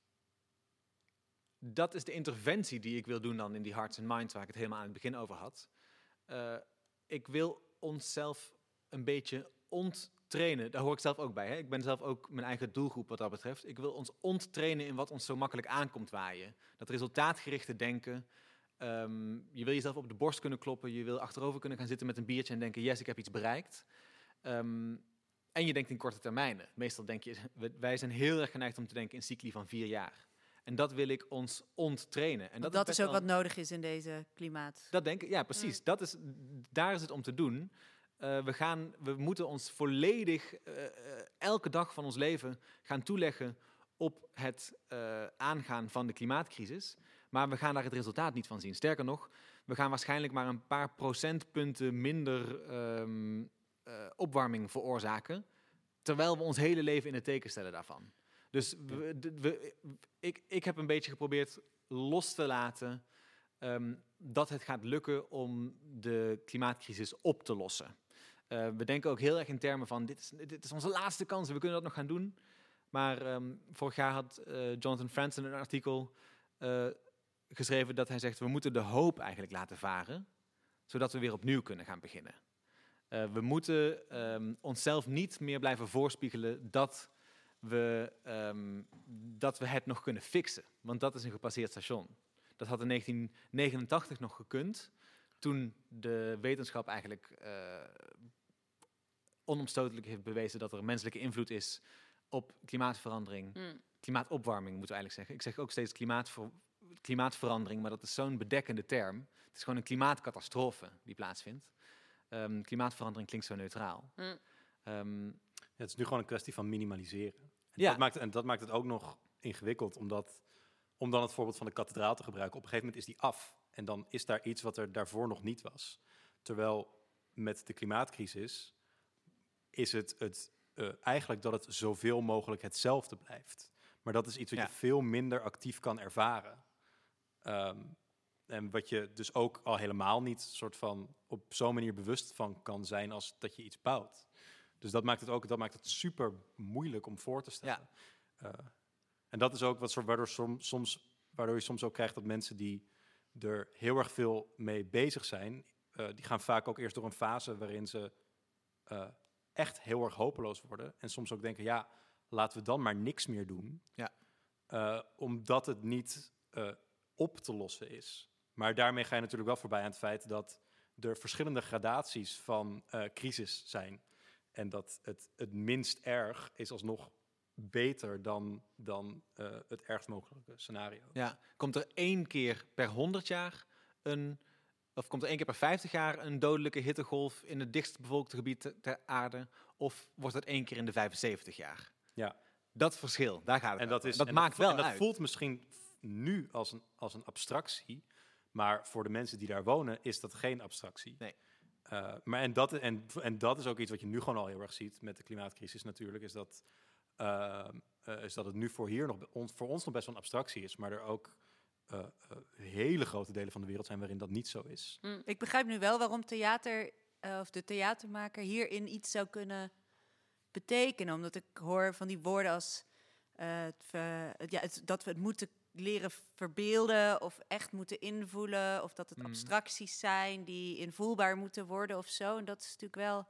dat is de interventie die ik wil doen dan in die hearts and minds, waar ik het helemaal aan het begin over had. Uh, ik wil onszelf een beetje onttrainen. Daar hoor ik zelf ook bij. Hè? Ik ben zelf ook mijn eigen doelgroep wat dat betreft. Ik wil ons onttrainen in wat ons zo makkelijk aankomt waaien. Dat resultaatgerichte denken. Um, je wil jezelf op de borst kunnen kloppen. Je wil achterover kunnen gaan zitten met een biertje en denken, yes, ik heb iets bereikt. Um, en je denkt in korte termijnen. Meestal denk je, wij zijn heel erg geneigd om te denken in cycli van vier jaar. En dat wil ik ons onttrainen. En dat, dat is, is ook wel, wat nodig is in deze klimaat. Dat denk ik, ja, precies. Mm. Dat is, daar is het om te doen. Uh, we, gaan, we moeten ons volledig uh, uh, elke dag van ons leven gaan toeleggen op het uh, aangaan van de klimaatcrisis. Maar we gaan daar het resultaat niet van zien. Sterker nog, we gaan waarschijnlijk maar een paar procentpunten minder um, uh, opwarming veroorzaken, terwijl we ons hele leven in het teken stellen daarvan. Dus we, we, ik, ik heb een beetje geprobeerd los te laten um, dat het gaat lukken om de klimaatcrisis op te lossen. Uh, we denken ook heel erg in termen van, dit is, dit is onze laatste kans, we kunnen dat nog gaan doen. Maar um, vorig jaar had uh, Jonathan Franzen een artikel uh, geschreven dat hij zegt, we moeten de hoop eigenlijk laten varen, zodat we weer opnieuw kunnen gaan beginnen. Uh, we moeten um, onszelf niet meer blijven voorspiegelen dat we, um, dat we het nog kunnen fixen. Want dat is een gepasseerd station. Dat had in negentien negenentachtig nog gekund, toen de wetenschap eigenlijk uh, onomstotelijk heeft bewezen dat er menselijke invloed is op klimaatverandering. Mm. Klimaatopwarming, moeten we eigenlijk zeggen. Ik zeg ook steeds klimaatver, klimaatverandering, maar dat is zo'n bedekkende term. Het is gewoon een klimaatcatastrofe die plaatsvindt. Um, klimaatverandering klinkt zo neutraal. Mm. Um, Ja, het is nu gewoon een kwestie van minimaliseren. En, Ja. dat, maakt, en dat maakt het ook nog ingewikkeld, omdat, om dan het voorbeeld van de kathedraal te gebruiken, op een gegeven moment is die af. En dan is daar iets wat er daarvoor nog niet was. Terwijl met de klimaatcrisis is het, het uh, eigenlijk dat het zoveel mogelijk hetzelfde blijft. Maar dat is iets wat Ja. je veel minder actief kan ervaren. Um, en wat je dus ook al helemaal niet soort van op zo'n manier bewust van kan zijn als dat je iets bouwt. Dus dat maakt het ook dat maakt het super moeilijk om voor te stellen. Ja. Uh, en dat is ook wat soort waardoor, som, soms, waardoor je soms ook krijgt dat mensen die er heel erg veel mee bezig zijn, uh, die gaan vaak ook eerst door een fase waarin ze uh, echt heel erg hopeloos worden. En soms ook denken, ja, laten we dan maar niks meer doen. Ja. Uh, omdat het niet uh, op te lossen is. Maar daarmee ga je natuurlijk wel voorbij aan het feit dat er verschillende gradaties van uh, crisis zijn. En dat het, het minst erg is alsnog beter dan, dan uh, het ergst mogelijke scenario. Ja, komt er één keer per honderd jaar een, of komt er één keer per vijftig jaar een dodelijke hittegolf in het dichtst bevolkte gebied ter, ter aarde? Of wordt het één keer in de vijfenzeventig jaar? Ja. Dat verschil, daar gaat het en dat over. is, dat en maakt dat, wel en dat uit. voelt misschien nu als een, als een abstractie, maar voor de mensen die daar wonen is dat geen abstractie. Nee. Uh, maar en dat, en, en dat is ook iets wat je nu gewoon al heel erg ziet met de klimaatcrisis natuurlijk, is dat, uh, uh, is dat het nu voor, hier nog, on, voor ons nog best wel een abstractie is, maar er ook uh, uh, hele grote delen van de wereld zijn waarin dat niet zo is. Mm. Ik begrijp nu wel waarom theater, uh, of de theatermaker hierin iets zou kunnen betekenen, omdat ik hoor van die woorden als uh, het, uh, het, ja, het, dat we het moeten leren verbeelden of echt moeten invoelen, of dat het Mm. abstracties zijn die invoelbaar moeten worden of zo. En dat is natuurlijk wel,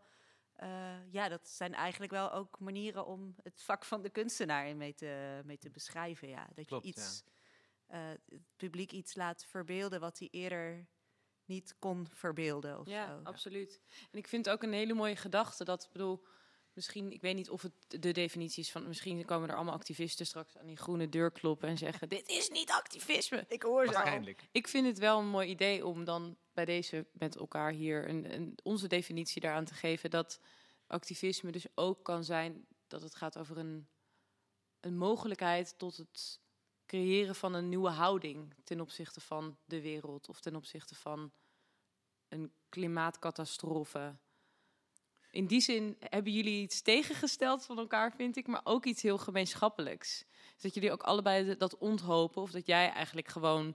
uh, ja, dat zijn eigenlijk wel ook manieren om het vak van de kunstenaar in mee te, mee te beschrijven. Ja. Dat Klopt, je iets, ja. uh, het publiek iets laat verbeelden wat hij eerder niet kon verbeelden. Of ja, zo. absoluut. En ik vind het ook een hele mooie gedachte dat, bedoel, misschien, ik weet niet of het de definitie is van, misschien komen er allemaal activisten straks aan die groene deur kloppen en zeggen, dit is niet activisme. Ik hoor ze Waarschijnlijk. Al. Ik vind het wel een mooi idee om dan bij deze met elkaar hier een, een, onze definitie daaraan te geven, dat activisme dus ook kan zijn dat het gaat over een, een mogelijkheid tot het creëren van een nieuwe houding ten opzichte van de wereld of ten opzichte van een klimaatcatastrofe. In die zin hebben jullie iets tegengesteld van elkaar, vind ik, maar ook iets heel gemeenschappelijks. Dus dat jullie ook allebei dat onthopen, of dat jij eigenlijk gewoon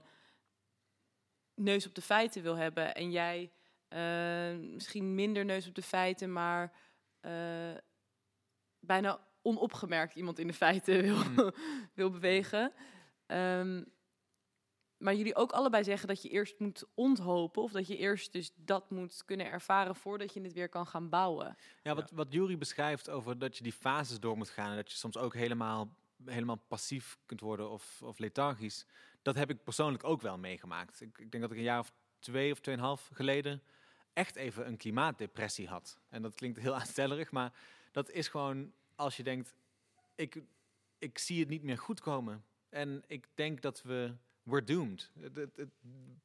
neus op de feiten wil hebben en jij uh, misschien minder neus op de feiten, maar uh, bijna onopgemerkt iemand in de feiten wil, mm. wil bewegen. Um, maar jullie ook allebei zeggen dat je eerst moet onthopen, of dat je eerst dus dat moet kunnen ervaren voordat je het weer kan gaan bouwen. Ja, wat, wat Juri beschrijft over dat je die fases door moet gaan en dat je soms ook helemaal, helemaal passief kunt worden of, of lethargisch, dat heb ik persoonlijk ook wel meegemaakt. Ik, ik denk dat ik een jaar of twee of tweeënhalf geleden echt even een klimaatdepressie had. En dat klinkt heel aanstellerig, maar dat is gewoon als je denkt, ik, ik zie het niet meer goed komen. En ik denk dat we, we're doomed. Het, het, het,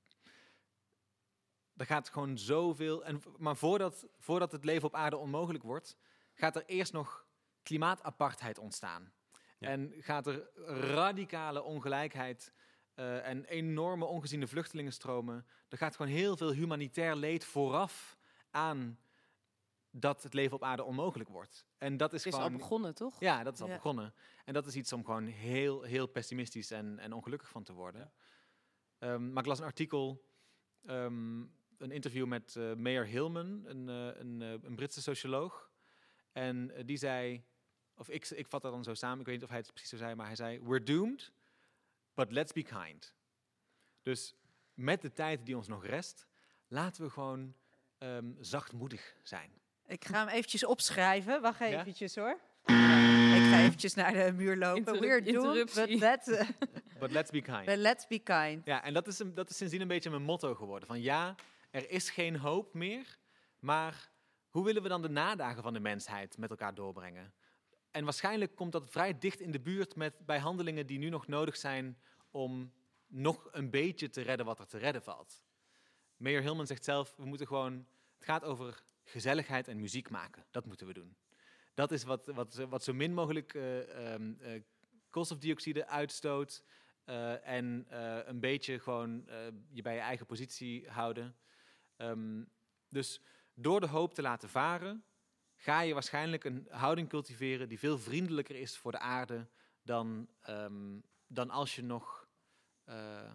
er gaat gewoon zoveel, en, maar voordat, voordat het leven op aarde onmogelijk wordt, gaat er eerst nog klimaatapartheid ontstaan. Ja. En gaat er radicale ongelijkheid uh, en enorme ongeziene vluchtelingenstromen. Er gaat gewoon heel veel humanitair leed vooraf aan dat het leven op aarde onmogelijk wordt. En dat is, het is gewoon, al begonnen, toch? Ja, dat is al ja. begonnen. En dat is iets om gewoon heel, heel pessimistisch en, en ongelukkig van te worden. Ja. Um, maar ik las een artikel, um, een interview met uh, Mayor Hillman, een, uh, een, uh, een Britse socioloog. En uh, die zei, of ik, ik vat dat dan zo samen, ik weet niet of hij het precies zo zei, maar hij zei, we're doomed, but let's be kind. Dus met de tijd die ons nog rest, laten we gewoon um, zachtmoedig zijn. Ik ga hem eventjes opschrijven. Wacht eventjes ja? hoor. Ik ga eventjes naar de muur lopen. Interrup- We're doomed, but, let, uh, but let's be kind. But let's be kind. Ja, en dat is, een, dat is sindsdien een beetje mijn motto geworden. Van ja, er is geen hoop meer, maar hoe willen we dan de nadagen van de mensheid met elkaar doorbrengen? En waarschijnlijk komt dat vrij dicht in de buurt met, bij handelingen die nu nog nodig zijn om nog een beetje te redden wat er te redden valt. Mayor Hillman zegt zelf, we moeten gewoon, het gaat over gezelligheid en muziek maken. Dat moeten we doen. Dat is wat, wat, wat zo min mogelijk uh, um, uh, koolstofdioxide uitstoot uh, en uh, een beetje gewoon uh, je bij je eigen positie houden. Um, dus door de hoop te laten varen, ga je waarschijnlijk een houding cultiveren die veel vriendelijker is voor de aarde dan, um, dan als je nog uh,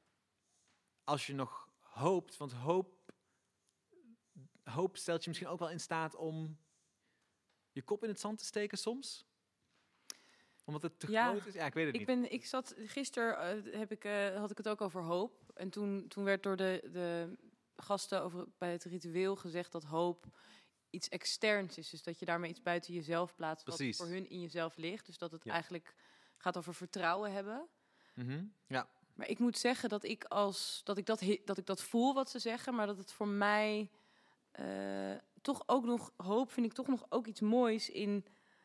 als je nog hoopt. Want hoop, hoop stelt je misschien ook wel in staat om je kop in het zand te steken soms. Omdat het te Ja, groot is. Ja, ik weet het ik niet. Ben, ik zat gisteren uh, heb ik, uh, had ik het ook over hoop. En toen, toen werd door de, de gasten over, bij het ritueel gezegd dat hoop iets externs is. Dus dat je daarmee iets buiten jezelf plaatst wat Precies. voor hun in jezelf ligt. Dus dat het Ja. eigenlijk gaat over vertrouwen hebben. Mm-hmm. Ja. Maar ik moet zeggen dat ik, als, dat, ik dat, he- dat ik dat voel wat ze zeggen, maar dat het voor mij uh, toch ook nog, hoop vind ik toch nog ook iets moois in,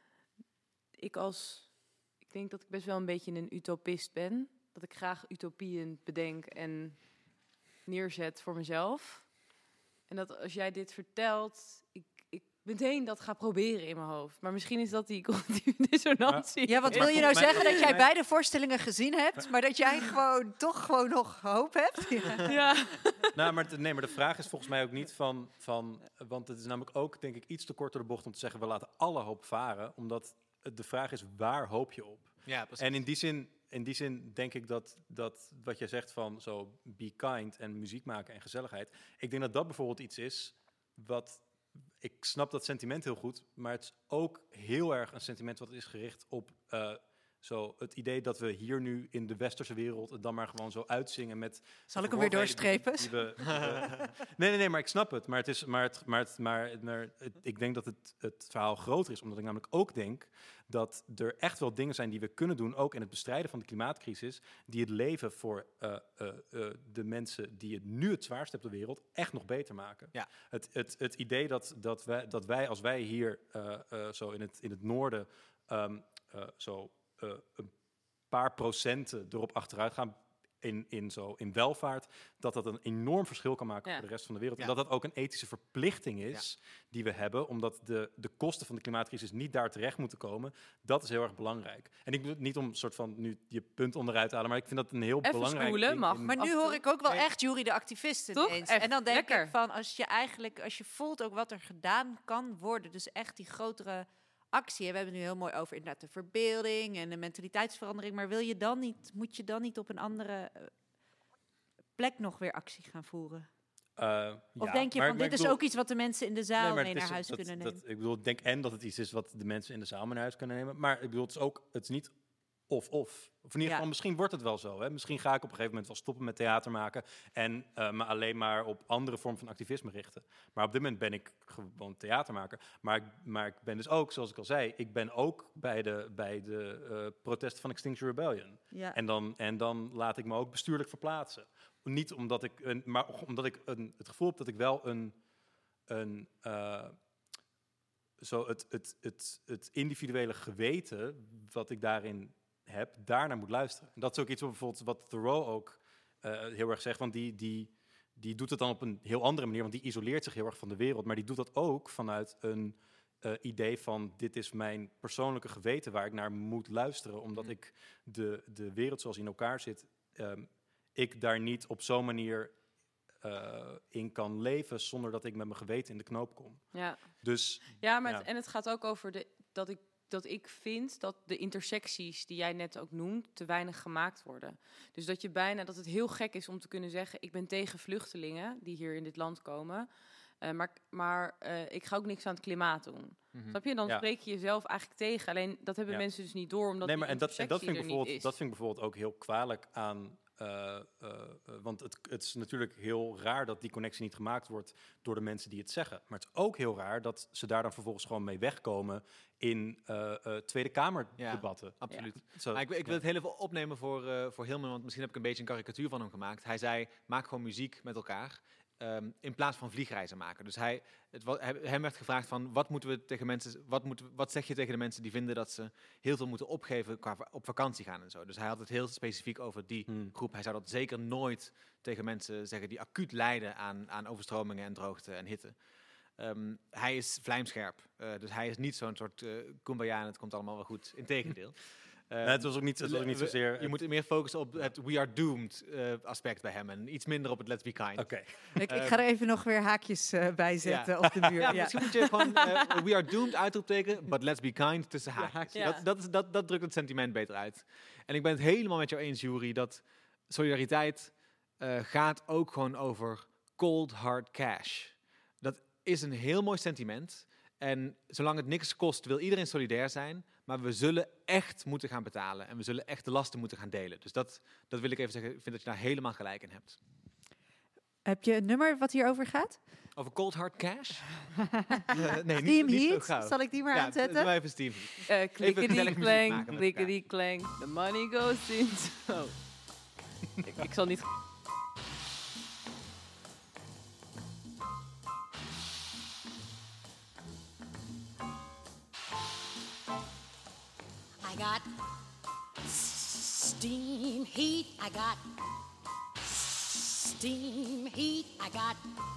ik als, ik denk dat ik best wel een beetje een utopist ben. Dat ik graag utopieën bedenk en neerzet voor mezelf. En dat als jij dit vertelt, ik, ik meteen dat ga proberen in mijn hoofd. Maar misschien is dat die cognitieve dissonantie. Ja, wat wil je nou zeggen? Dat jij beide voorstellingen gezien hebt, maar dat jij gewoon toch gewoon nog hoop hebt? Ja. Ja. Nou, maar, t- nee, maar de vraag is volgens mij ook niet van, van... Want het is namelijk ook, denk ik, iets te kort door de bocht om te zeggen... we laten alle hoop varen, omdat het de vraag is, waar hoop je op? Ja, precies. En in die zin, in die zin denk ik dat, dat wat jij zegt van zo be kind en muziek maken en gezelligheid... ik denk dat dat bijvoorbeeld iets is wat... Ik snap dat sentiment heel goed, maar het is ook heel erg een sentiment wat is gericht op uh, zo het idee dat we hier nu in de westerse wereld het dan maar gewoon zo uitzingen met... Zal ik hem weer doorstrepen? Die we, die we, nee, nee, nee, maar ik snap het. Maar, het is, maar, het, maar, het, maar, maar het, ik denk dat het, het verhaal groter is, omdat ik namelijk ook denk dat er echt wel dingen zijn die we kunnen doen, ook in het bestrijden van de klimaatcrisis, die het leven voor uh, uh, uh, de mensen die het nu het zwaarst hebben op de wereld echt nog beter maken. Ja. Het, het, het idee dat, dat, wij, dat wij, als wij hier uh, uh, zo in het, in het noorden um, uh, zo uh, een paar procenten erop achteruit gaan in, in, zo, in welvaart, dat dat een enorm verschil kan maken Ja. voor de rest van de wereld. Ja. En dat dat ook een ethische verplichting is die we hebben, omdat de, de kosten van de klimaatcrisis niet daar terecht moeten komen. Dat is heel erg belangrijk. En ik bedoel niet om soort van nu je punt onderuit te halen, maar ik vind dat een heel Even belangrijk spoelen, ding mag. in- Maar Af nu en hoor toe. ik ook wel Nee. echt Jury de activist Toch? ineens. Echt En dan denk lekker. ik van, als je eigenlijk, als je voelt ook wat er gedaan kan worden, dus echt die grotere actie. En we hebben het nu heel mooi over inderdaad de verbeelding en de mentaliteitsverandering, maar wil je dan niet, moet je dan niet op een andere uh, plek nog weer actie gaan voeren? Uh, Of ja, denk je maar- van, maar dit ik is bedoel- ook iets wat de mensen in de zaal Nee, maar mee het naar is- huis dat- kunnen dat- nemen? Ik bedoel, ik denk en dat het iets is wat de mensen in de zaal mee naar huis kunnen nemen. Maar ik bedoel, het is ook, het is niet of-of. Of in ieder Ja. geval, misschien wordt het wel zo. Hè? Misschien ga ik op een gegeven moment wel stoppen met theater maken en uh, me alleen maar op andere vormen van activisme richten. Maar op dit moment ben ik gewoon theatermaker. Maar ik, maar ik ben dus ook, zoals ik al zei, ik ben ook bij de, bij de uh, protesten van Extinction Rebellion. Ja. En, dan, en dan laat ik me ook bestuurlijk verplaatsen. Niet omdat ik, een, maar omdat ik een, het gevoel heb dat ik wel een, een uh, zo het, het, het, het individuele geweten wat ik daarin heb, daarnaar moet luisteren. En dat is ook iets wat bijvoorbeeld wat Thoreau ook uh, heel erg zegt, want die, die, die doet het dan op een heel andere manier, want die isoleert zich heel erg van de wereld, maar die doet dat ook vanuit een uh, idee van dit is mijn persoonlijke geweten waar ik naar moet luisteren, omdat ik de, de wereld zoals die in elkaar zit, um, ik daar niet op zo'n manier uh, in kan leven zonder dat ik met mijn geweten in de knoop kom. Ja, Dus, ja, maar ja. Het, en het gaat ook over de, dat, ik, dat ik vind dat de intersecties die jij net ook noemt te weinig gemaakt worden. Dus dat je bijna, dat het heel gek is om te kunnen zeggen, ik ben tegen vluchtelingen die hier in dit land komen, uh, maar, maar uh, ik ga ook niks aan het klimaat doen. Mm-hmm. Snap je? Dan Ja. spreek je jezelf eigenlijk tegen. Alleen dat hebben Ja. mensen dus niet door, omdat nee, maar die en dat, en dat, vind ik intersectie er niet bijvoorbeeld, is. dat vind ik bijvoorbeeld ook heel kwalijk aan. Uh, uh, uh, want het, het is natuurlijk heel raar dat die connectie niet gemaakt wordt door de mensen die het zeggen. Maar het is ook heel raar dat ze daar dan vervolgens gewoon mee wegkomen in uh, uh, Tweede Kamerdebatten. Ja, absoluut. Zo, Maar ik, wil- ik wil ja. het heel even opnemen voor, uh, voor Hillman, want misschien heb ik een beetje een karikatuur van hem gemaakt. Hij zei, maak gewoon muziek met elkaar. um, in plaats van vliegreizen maken. Dus hij, het, wa- hij, hem werd gevraagd van wat moeten we tegen mensen, wat, moeten, we- wat zeg je tegen de mensen die vinden dat ze heel veel moeten opgeven qua va- op vakantie gaan en zo. Dus hij had het heel specifiek over die Hmm. groep. Hij zou dat zeker nooit tegen mensen zeggen die acuut lijden aan, aan overstromingen en droogte en hitte. Um, hij is vlijmscherp, uh, dus hij is niet zo'n soort uh, kumbaya en het komt allemaal wel goed. Integendeel. Uh, Nee, het was ook niet, het was ook niet we- zozeer... Je moet meer focussen op het we are doomed uh, aspect bij hem en iets minder op het let's be kind. Oké. Ik, ik ga er even nog weer haakjes uh, bij zetten op de muur. Ja, Ja. misschien moet je gewoon uh, we are doomed uitroepteken, but let's be kind tussen haakjes. Ja. Dat, dat, is, dat, dat drukt het sentiment beter uit. En ik ben het helemaal met jou eens, Juri, dat solidariteit uh, gaat ook gewoon over cold hard cash. Dat is een heel mooi sentiment. En zolang het niks kost, wil iedereen solidair zijn. Maar we zullen echt moeten gaan betalen. En we zullen echt de lasten moeten gaan delen. Dus dat, dat wil ik even zeggen. Ik vind dat je daar helemaal gelijk in hebt. Heb je een nummer wat hierover gaat? Over cold hard cash? Uh, nee, Steam niet, niet zo Heat? gauw. Zal ik die maar ja, aanzetten? doe maar even Steam Heat. Uh, klikkety gezellig muziek klang, maken met klikkety klang. The money goes into... Oh. ik, ik zal niet... I got steam heat. I got steam heat. I got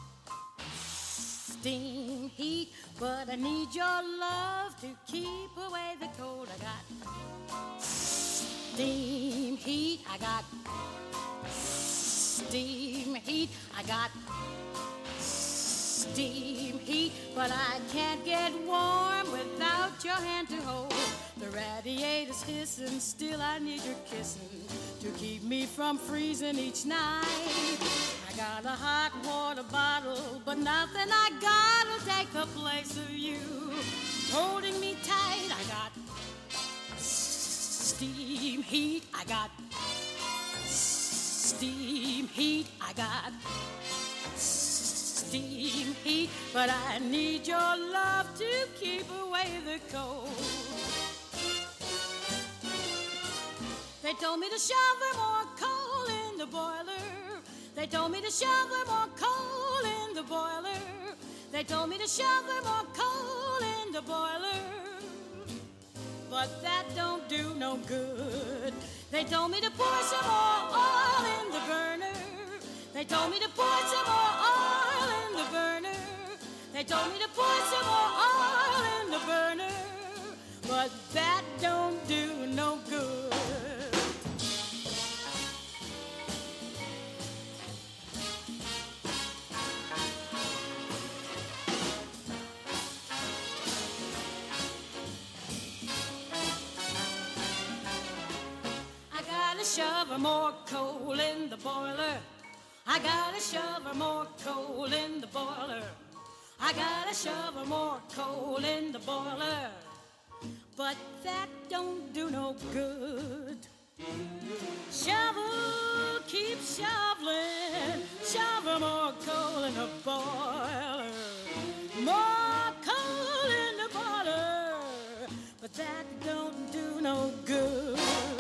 steam heat. But I need your love to keep away the cold. I got steam heat. I got steam heat. I got steam heat. But I can't get warm without your hand to hold. The radiator's hissing, still I need your kissing to keep me from freezing each night. I got a hot water bottle, but nothing I got'll take the place of you. Holding me tight, I got steam heat. I got steam heat. I got steam heat. But I need your love to keep away the cold. They told me to shovel more coal in the boiler. They told me to shovel more coal in the boiler. They told me to shovel more coal in the boiler. But that don't do no good. They told me to pour some more oil in the burner. They told me to pour some more oil in the burner. They told me to pour some more oil in the burner. But that don't do no good. Shovel more coal in the boiler. I gotta shovel more coal in the boiler. I gotta shovel more coal in the boiler. But that don't do no good. Shovel, keep shoveling. Shovel more coal in the boiler. More coal in the boiler. But that don't do no good.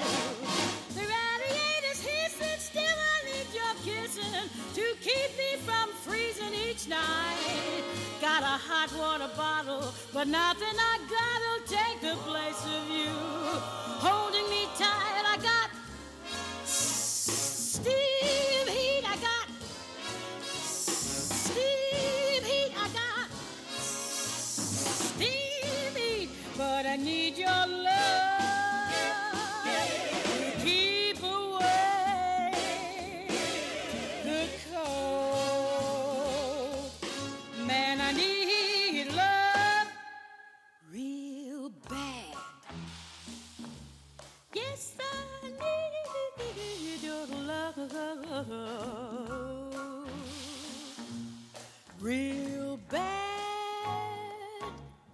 To keep me from freezing each night. Got a hot water bottle, but nothing I got'll take the place of you. Holding me tight, I got steam heat. I got steam heat. I got steam heat. But I need your love. Real bad.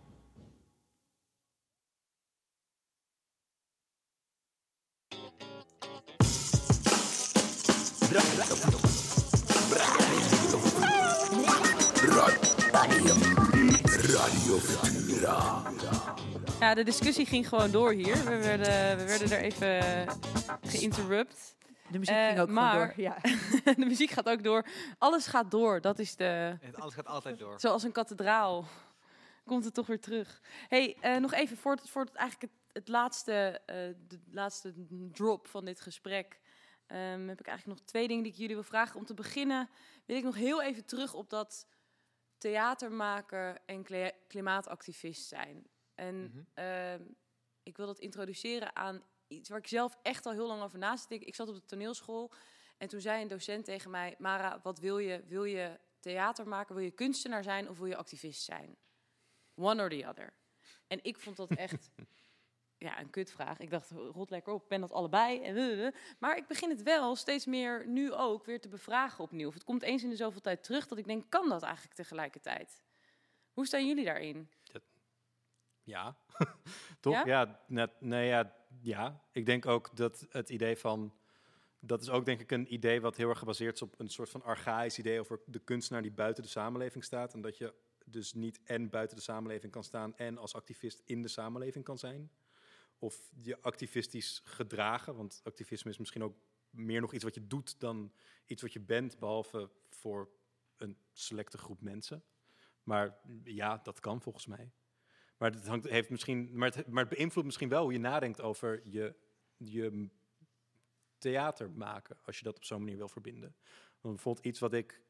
Radio Futura. Ja, de discussie ging gewoon door hier. We werden, we werden er even geïnterrupt. De muziek Eh, ging ook maar, gewoon door. Ja. de muziek gaat ook door. Alles gaat door. Dat is de... Het- Alles gaat altijd door. Zoals een kathedraal. Komt het toch weer terug. Hey, eh, nog even voor het, voor het eigenlijk het, het laatste, eh, de laatste drop van dit gesprek. Um, heb ik eigenlijk nog twee dingen die ik jullie wil vragen. Om te beginnen wil ik nog heel even terug op dat theatermaker en kle- klimaatactivist zijn. En Mhm. uh, ik wil dat introduceren aan iets waar ik zelf echt al heel lang over na zit te denken. Ik zat op de toneelschool en toen zei een docent tegen mij: Mara, wat wil je? Wil je theater maken? Wil je kunstenaar zijn of wil je activist zijn? One or the other. En ik vond dat echt ja, een kutvraag. Ik dacht, rot lekker op, ik ben dat allebei. En maar ik begin het wel steeds meer, nu ook, weer te bevragen opnieuw. Of het komt eens in de zoveel tijd terug dat ik denk, kan dat eigenlijk tegelijkertijd? Hoe staan jullie daarin? Ja, toch? Ja? Ja, net, nee, ja, ja. Ik denk ook dat het idee van... Dat is ook denk ik een idee wat heel erg gebaseerd is op een soort van archaïsch idee over de kunstenaar die buiten de samenleving staat. En dat je dus niet en buiten de samenleving kan staan en als activist in de samenleving kan zijn. Of je activistisch gedragen, want activisme is misschien ook meer nog iets wat je doet dan iets wat je bent, behalve voor een selecte groep mensen. Maar ja, dat kan volgens mij. Maar het, hangt, heeft misschien, maar het, maar het beïnvloedt misschien wel hoe je nadenkt over je, je theater maken, als je dat op zo'n manier wil verbinden. Want bijvoorbeeld iets wat ik,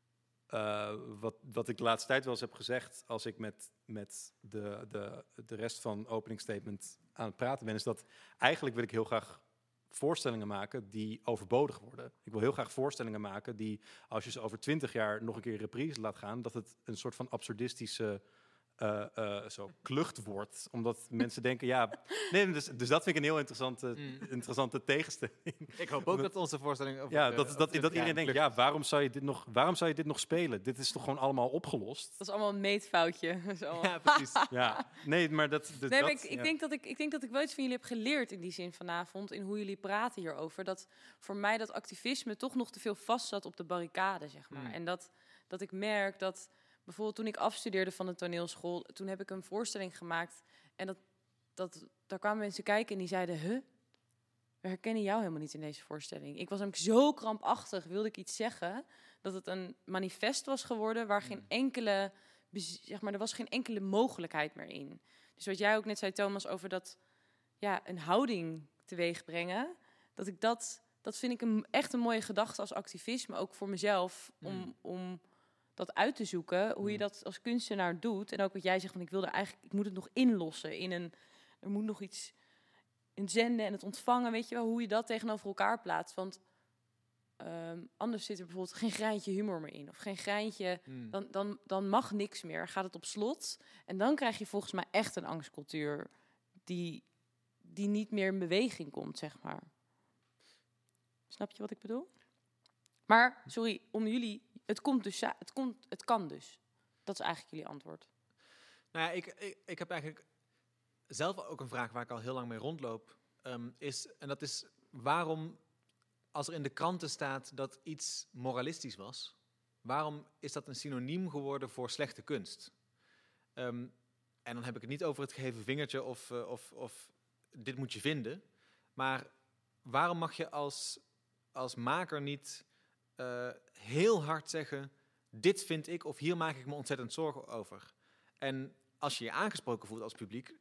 uh, wat, wat ik de laatste tijd wel eens heb gezegd, als ik met, met de, de, de rest van opening statement aan het praten ben, is dat eigenlijk wil ik heel graag voorstellingen maken die overbodig worden. Ik wil heel graag voorstellingen maken die, als je ze over twintig jaar nog een keer reprise laat gaan, dat het een soort van absurdistische Uh, uh, zo klucht wordt, omdat mensen denken, ja, nee, dus, dus dat vind ik een heel interessante, Mm. interessante tegenstelling. Ik hoop ook dat onze voorstelling over, ja, uh, dat, dat, over dat, dat iedereen denkt, ja, waarom zou je dit nog, waarom zou je dit nog spelen? Dit is toch gewoon allemaal opgelost? Dat is allemaal een meetfoutje. Zo. Ja, precies. Ja, nee, maar dat. dat Nee, maar dat, ik, ik, ja. denk dat ik, ik denk dat ik wel iets van jullie heb geleerd in die zin vanavond, in hoe jullie praten hierover. Dat voor mij dat activisme toch nog te veel vast zat op de barricade, zeg maar. Mm. En dat, dat ik merk dat bijvoorbeeld toen ik afstudeerde van de toneelschool, toen heb ik een voorstelling gemaakt en dat, dat, daar kwamen mensen kijken en die zeiden, huh? We herkennen jou helemaal niet in deze voorstelling. Ik was namelijk zo krampachtig, wilde ik iets zeggen, dat het een manifest was geworden waar geen enkele, bez- zeg maar, er was geen enkele mogelijkheid meer in. Dus wat jij ook net zei, Thomas, over dat, ja, een houding teweeg brengen, dat ik dat, dat vind ik een, echt een mooie gedachte als activist, maar ook voor mezelf, om, Mm. om dat uit te zoeken, hoe je dat als kunstenaar doet. En ook wat jij zegt, van ik wil er eigenlijk, ik moet het nog inlossen in een, er moet nog iets in zenden en het ontvangen, weet je wel, hoe je dat tegenover elkaar plaatst. Want um, anders zit er bijvoorbeeld geen greintje humor meer in, of geen greintje, Mm. dan, dan, dan mag niks meer, gaat het op slot. En dan krijg je volgens mij echt een angstcultuur die, die niet meer in beweging komt, zeg maar. Snap je wat ik bedoel? Maar, sorry, om jullie, het komt dus, za- het komt, het kan dus. Dat is eigenlijk jullie antwoord. Nou ja, ik, ik, ik heb eigenlijk zelf ook een vraag waar ik al heel lang mee rondloop. Um, is, en dat is waarom, als er in de kranten staat dat iets moralistisch was, waarom is dat een synoniem geworden voor slechte kunst? Um, en dan heb ik het niet over het gegeven vingertje of, uh, of, of dit moet je vinden. Maar waarom mag je als, als maker niet uh, heel hard zeggen, dit vind ik of hier maak ik me ontzettend zorgen over? En als je je aangesproken voelt als publiek,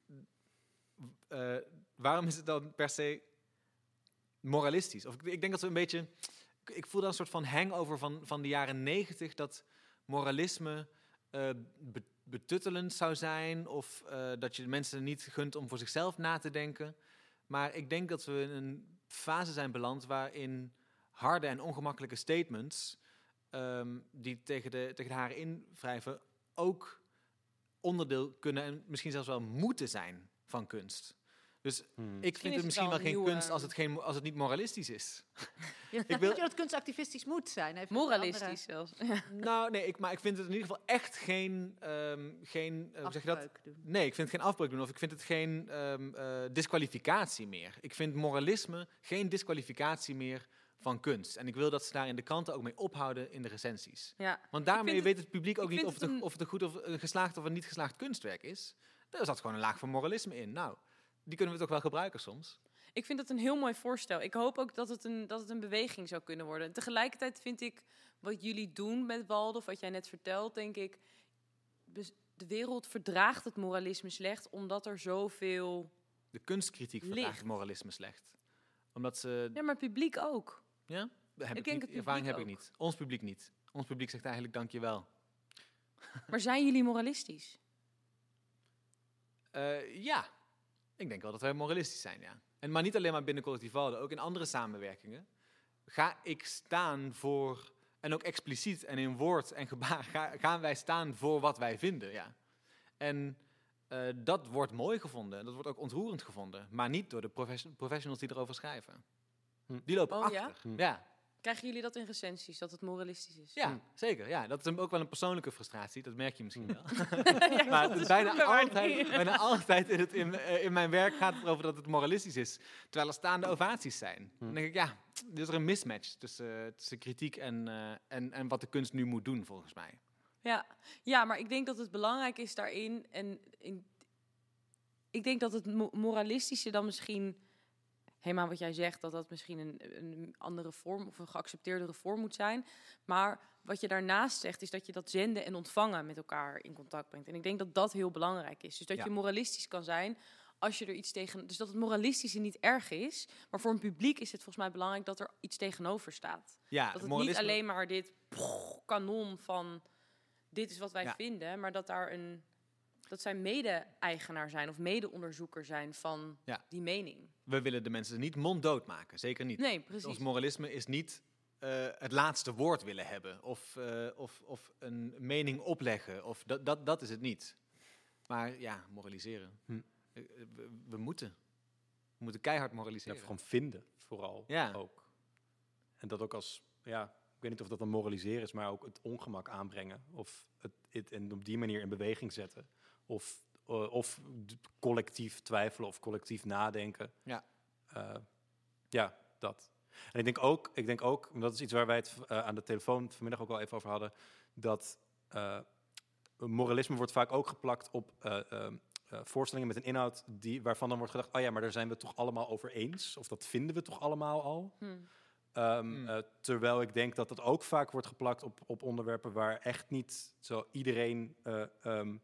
uh, waarom is het dan per se moralistisch? Of ik, ik denk dat we een beetje, ik voel dan een soort van hangover van, van de jaren negentig, dat moralisme uh, be, betuttelend zou zijn, of uh, dat je de mensen niet gunt om voor zichzelf na te denken. Maar ik denk dat we in een fase zijn beland waarin harde en ongemakkelijke statements um, die tegen de, tegen de haren invrijven ook onderdeel kunnen en misschien zelfs wel moeten zijn van kunst. Dus Hmm. ik vind het misschien wel geen nieuwe, kunst als het, geen, als het niet moralistisch is. Ja, Ik wil- wil je dat kunst activistisch moet zijn? Even Moralistisch zelfs. Nou, nee, ik, maar ik vind het in ieder geval echt geen, um, geen uh, hoe zeg je dat? Afbreuk doen. Nee, ik vind het geen afbreuk doen of ik vind het geen um, uh, disqualificatie meer. Ik vind moralisme geen disqualificatie meer van kunst. En ik wil dat ze daar in de kranten ook mee ophouden in de recensies. Ja. Want daarmee Ik vind weet het publiek ook ik niet vind of het, het een, een- of het een goed of een geslaagd of een niet geslaagd kunstwerk is. Daar zat gewoon een laag van moralisme in. Nou, die kunnen we toch wel gebruiken soms. Ik Ik vind dat een heel mooi voorstel. Ik hoop ook dat het een, dat het een beweging zou kunnen worden. En tegelijkertijd vind ik wat jullie doen met Waldorf, wat jij net vertelt, denk ik, de wereld verdraagt het moralisme slecht omdat er zoveel De kunstkritiek Licht. verdraagt het moralisme slecht. Omdat ze... Ja, maar het publiek ook. Ja? Dat heb Ik ik, denk niet. het Die ervaring heb publiek ik niet. Ons publiek niet. Ons publiek zegt eigenlijk dankjewel. Maar zijn jullie moralistisch? Uh, ja, ik denk wel dat wij moralistisch zijn, ja. En maar niet alleen maar binnen Collectief Walden, ook in andere samenwerkingen ga ik staan voor, en ook expliciet en in woord en gebaar, ga, gaan wij staan voor wat wij vinden, ja. En uh, dat wordt mooi gevonden, dat wordt ook ontroerend gevonden, maar niet door de profession- professionals die erover schrijven. Hm. Die lopen Oh, achter. ja? Hm. Ja. Krijgen jullie dat in recensies, dat het moralistisch is? Ja, hm. zeker. Ja. Dat is een- ook wel een persoonlijke frustratie, dat merk je misschien wel. Ja, maar dat is bijna, goed, maar altijd, niet. bijna altijd in, het, in, uh, in mijn werk gaat het erover dat het moralistisch is. Terwijl er staande ovaties zijn. Dan denk ik, ja, er is er een mismatch tussen, uh, tussen kritiek en, uh, en, en wat de kunst nu moet doen, volgens mij. Ja. ja, maar ik denk dat het belangrijk is daarin. En in, ik denk dat het mo- moralistische dan misschien, helemaal wat jij zegt, dat dat misschien een, een andere vorm of een geaccepteerdere vorm moet zijn. Maar wat je daarnaast zegt, is dat je dat zenden en ontvangen met elkaar in contact brengt. En ik denk dat dat heel belangrijk is. Dus dat Ja. je moralistisch kan zijn als je er iets tegen... Dus dat het moralistische niet erg is, maar voor een publiek is het volgens mij belangrijk dat er iets tegenover staat. Ja, dat het moralisme- niet alleen maar dit poch, kanon van dit is wat wij Ja. vinden, maar dat daar een... dat zij mede-eigenaar zijn of mede-onderzoeker zijn van Ja. die mening. We willen de mensen niet monddood maken, zeker niet. Nee, precies. Ons moralisme is niet uh, het laatste woord willen hebben of, uh, of, of een mening opleggen. Of dat, dat, dat is het niet. Maar ja, moraliseren. Hm. Uh, we, we moeten. We moeten keihard moraliseren. Ja, gewoon vinden, vooral Ja. ook. En dat ook als, ja, ik weet niet of dat een moraliseren is, maar ook het ongemak aanbrengen. Of het, het en op die manier in beweging zetten. Of, uh, of d- collectief twijfelen of collectief nadenken. Ja. Uh, ja, dat. En ik denk ook, ik denk ook, en dat is iets waar wij het uh, aan de telefoon vanmiddag ook al even over hadden, dat uh, moralisme wordt vaak ook geplakt op uh, uh, uh, voorstellingen met een inhoud die, waarvan dan wordt gedacht, oh ja, maar daar zijn we het toch allemaal over eens? Of dat vinden we toch allemaal al? Hmm. Um, Hmm. uh, terwijl ik denk dat dat ook vaak wordt geplakt op, op onderwerpen waar echt niet zo iedereen uh, um,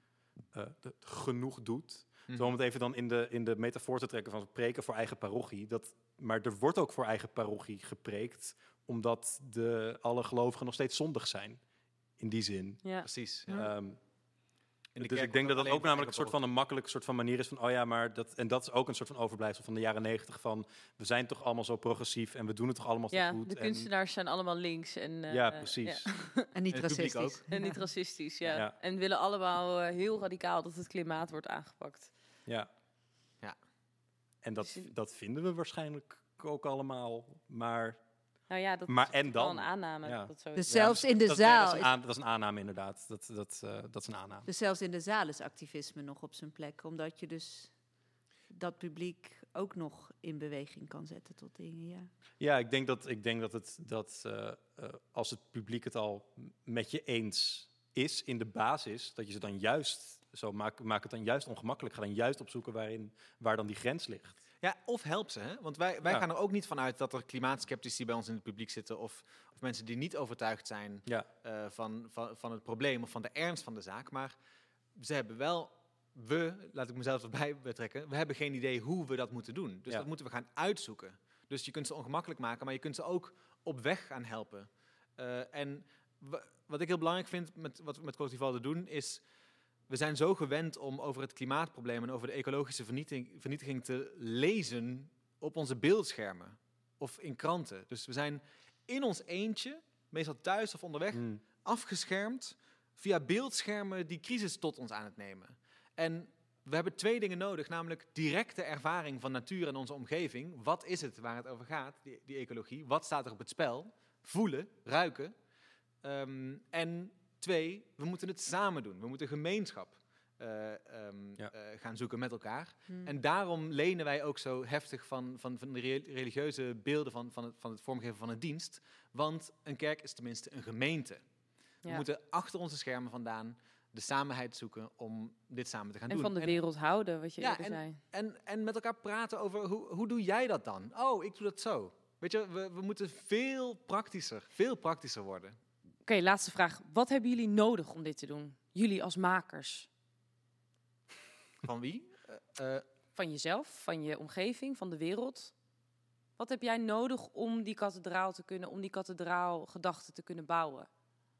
uh, de, genoeg doet. Mhm. Zo om het even dan in de, in de metafoor te trekken van preken voor eigen parochie. Dat, maar er wordt ook voor eigen parochie gepreekt, omdat de, alle gelovigen nog steeds zondig zijn. In die zin. Ja. Precies. Ja. Ja. Um, In de dus kerk ik denk dat wordt dat ook alleen namelijk een soort van een makkelijk soort van manier is van, oh ja, maar dat, en dat is ook een soort van overblijfsel van de jaren negentig van, we zijn toch allemaal zo progressief en we doen het toch allemaal zo Ja, goed. de en, kunstenaars zijn allemaal links. En, uh, ja, precies. Ja. En niet En het publiek racistisch. ook. En niet racistisch, ja. Ja. En willen allemaal uh, heel radicaal dat het klimaat wordt aangepakt. Ja. Ja. En dat, Dus in- dat vinden we waarschijnlijk ook allemaal, maar... Nou ja, dat Maar is en toch wel dan? een aanname. Ja. Dat zo Dus is. zelfs in de dat, nee, zaal dat, is een is- aan- dat is een aanname inderdaad. Dat, dat, uh, dat is een aanname. Dus zelfs in de zaal is activisme nog op zijn plek. Omdat je dus dat publiek ook nog in beweging kan zetten tot dingen, ja. Ja, ik denk dat, ik denk dat, het, dat uh, uh, als het publiek het al met je eens is in de basis, dat je ze dan juist, zo maak, maak het dan juist ongemakkelijk. Ga dan juist opzoeken waarin, waar dan die grens ligt. Ja, of help ze, hè? Want wij, wij Ja. gaan er ook niet van uit dat er klimaatskeptici bij ons in het publiek zitten, of, of mensen die niet overtuigd zijn Ja. uh, van, van, van het probleem of van de ernst van de zaak. Maar ze hebben wel, we, laat ik mezelf erbij betrekken, we hebben geen idee hoe we dat moeten doen. Dus Ja. dat moeten we gaan uitzoeken. Dus je kunt ze ongemakkelijk maken, maar je kunt ze ook op weg gaan helpen. Uh, en w- wat ik heel belangrijk vind met wat we met Collectief Walden doen, is we zijn zo gewend om over het klimaatprobleem en over de ecologische vernietiging, vernietiging te lezen op onze beeldschermen of in kranten. Dus we zijn in ons eentje, meestal thuis of onderweg, Mm. afgeschermd via beeldschermen die crisis tot ons aan het nemen. En we hebben twee dingen nodig, namelijk directe ervaring van natuur en onze omgeving. Wat is het waar het over gaat, die, die ecologie? Wat staat er op het spel? Voelen, ruiken. Um, en twee, we moeten het samen doen. We moeten gemeenschap uh, um, Ja. uh, gaan zoeken met elkaar. Hmm. En daarom lenen wij ook zo heftig van, van, van de re- religieuze beelden van, van, het, van het vormgeven van een dienst. Want een kerk is tenminste een gemeente. We Ja. moeten achter onze schermen vandaan de samenheid zoeken om dit samen te gaan En doen. van de wereld houden, wat je ja, eerder en, zei. En, en met elkaar praten over hoe, hoe doe jij dat dan? Oh, ik doe dat zo. Weet je, we, we moeten veel praktischer, veel praktischer worden. Oké, okay, laatste vraag. Wat hebben jullie nodig om dit te doen? Jullie als makers. Van wie? Uh, uh, van jezelf, van je omgeving, van de wereld. Wat heb jij nodig om die kathedraal te kunnen, om die kathedraalgedachte te kunnen bouwen?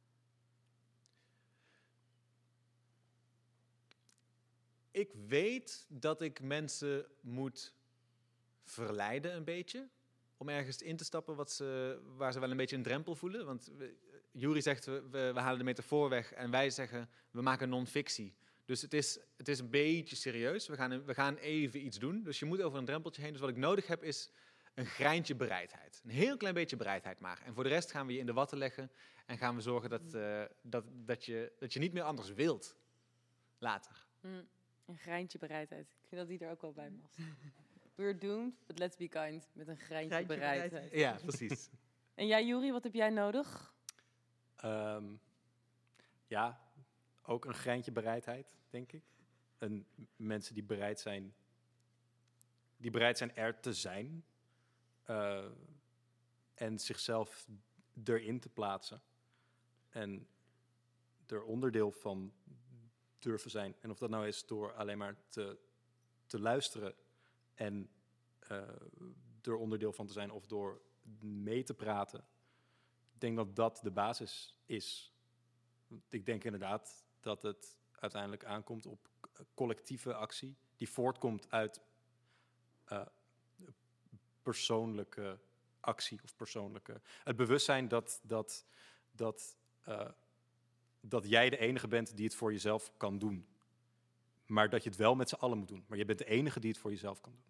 Ik weet dat ik mensen moet verleiden een beetje. Om ergens in te stappen wat ze, waar ze wel een beetje een drempel voelen. Want Juri zegt, we, we, we halen de metafoor weg. En wij zeggen, we maken non-fictie. Dus het is, het is een beetje serieus. We gaan, we gaan even iets doen. Dus je moet over een drempeltje heen. Dus wat ik nodig heb is een greintje bereidheid. Een heel klein beetje bereidheid maar. En voor de rest gaan we je in de watten leggen. En gaan we zorgen dat, uh, dat, dat, je, dat je niet meer anders wilt. Later. Mm, een greintje bereidheid. Ik vind dat die er ook wel bij mag. We're doomed, but let's be kind. Met een greintje, greintje bereidheid. bereidheid. Ja, precies. En jij, Juri, wat heb jij nodig? Um, ja, ook een greintje bereidheid, denk ik. En mensen die bereid zijn, die bereid zijn er te zijn. Uh, en zichzelf erin te plaatsen. En er onderdeel van durven zijn. En of dat nou is door alleen maar te, te luisteren en uh, er onderdeel van te zijn of door mee te praten. Ik denk dat dat de basis is. Ik denk inderdaad dat het uiteindelijk aankomt op collectieve actie die voortkomt uit uh, persoonlijke actie of persoonlijke... Het bewustzijn dat, dat, dat, uh, dat jij de enige bent die het voor jezelf kan doen. Maar dat je het wel met z'n allen moet doen. Maar je bent de enige die het voor jezelf kan doen.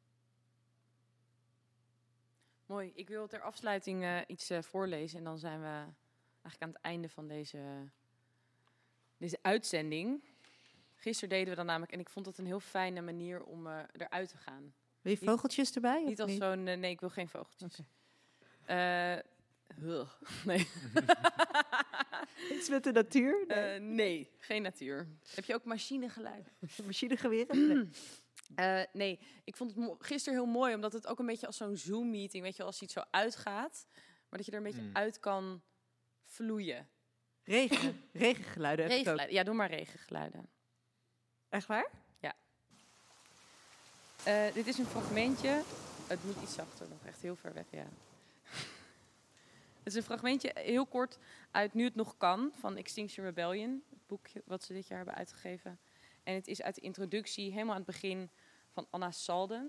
Mooi. Ik wil ter afsluiting uh, iets uh, voorlezen. En dan zijn we eigenlijk aan het einde van deze, deze uitzending. Gisteren deden we dan namelijk... En ik vond het een heel fijne manier om uh, eruit te gaan. Wil je vogeltjes niet, erbij? Niet als niet? zo'n... Uh, nee, ik wil geen vogeltjes. Okay. Uh, nee. Iets met de natuur? Nee, uh, nee geen natuur. Heb je ook machinegeluid? Machinegeweren? Nee. Uh, nee, ik vond het mo- gisteren heel mooi, omdat het ook een beetje als zo'n Zoom-meeting, weet je, als iets zo uitgaat, maar dat je er een beetje mm. uit kan vloeien. Regen, regengeluiden. Regengeluiden. Ja, doe maar regengeluiden. Echt waar? Ja. Uh, dit is een fragmentje. Het moet iets zachter, nog echt heel ver weg, ja. Het is een fragmentje, heel kort, uit Nu het nog kan, van Extinction Rebellion. Het boekje wat ze dit jaar hebben uitgegeven. En het is uit de introductie, helemaal aan het begin, van Anna Salden.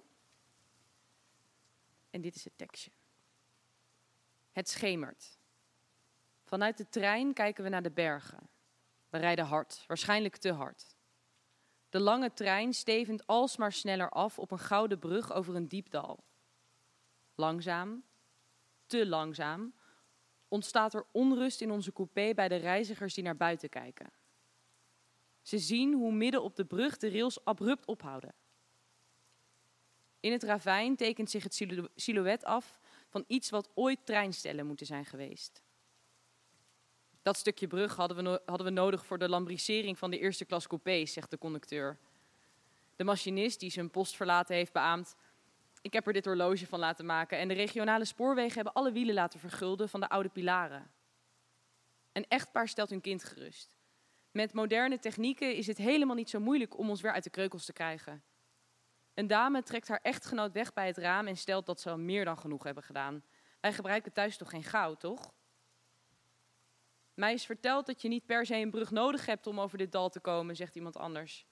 En dit is het tekstje. Het schemert. Vanuit de trein kijken we naar de bergen. We rijden hard, waarschijnlijk te hard. De lange trein stevend alsmaar sneller af op een gouden brug over een diep dal. Langzaam, te langzaam, ontstaat er onrust in onze coupé bij de reizigers die naar buiten kijken. Ze zien hoe midden op de brug de rails abrupt ophouden. In het ravijn tekent zich het silhou- silhouet af van iets wat ooit treinstellen moeten zijn geweest. Dat stukje brug hadden we, no- hadden we nodig voor de lambrissering van de eerste klas coupés, zegt de conducteur. De machinist die zijn post verlaten heeft beaamt: ik heb er dit horloge van laten maken en de regionale spoorwegen hebben alle wielen laten vergulden van de oude pilaren. Een echtpaar stelt hun kind gerust. Met moderne technieken is het helemaal niet zo moeilijk om ons weer uit de kreukels te krijgen. Een dame trekt haar echtgenoot weg bij het raam en stelt dat ze al meer dan genoeg hebben gedaan. Wij gebruiken thuis toch geen goud, toch? Mij is verteld dat je niet per se een brug nodig hebt om over dit dal te komen, zegt iemand anders.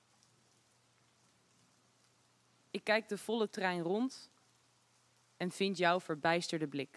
Ik kijk de volle trein rond en vind jouw verbijsterde blik.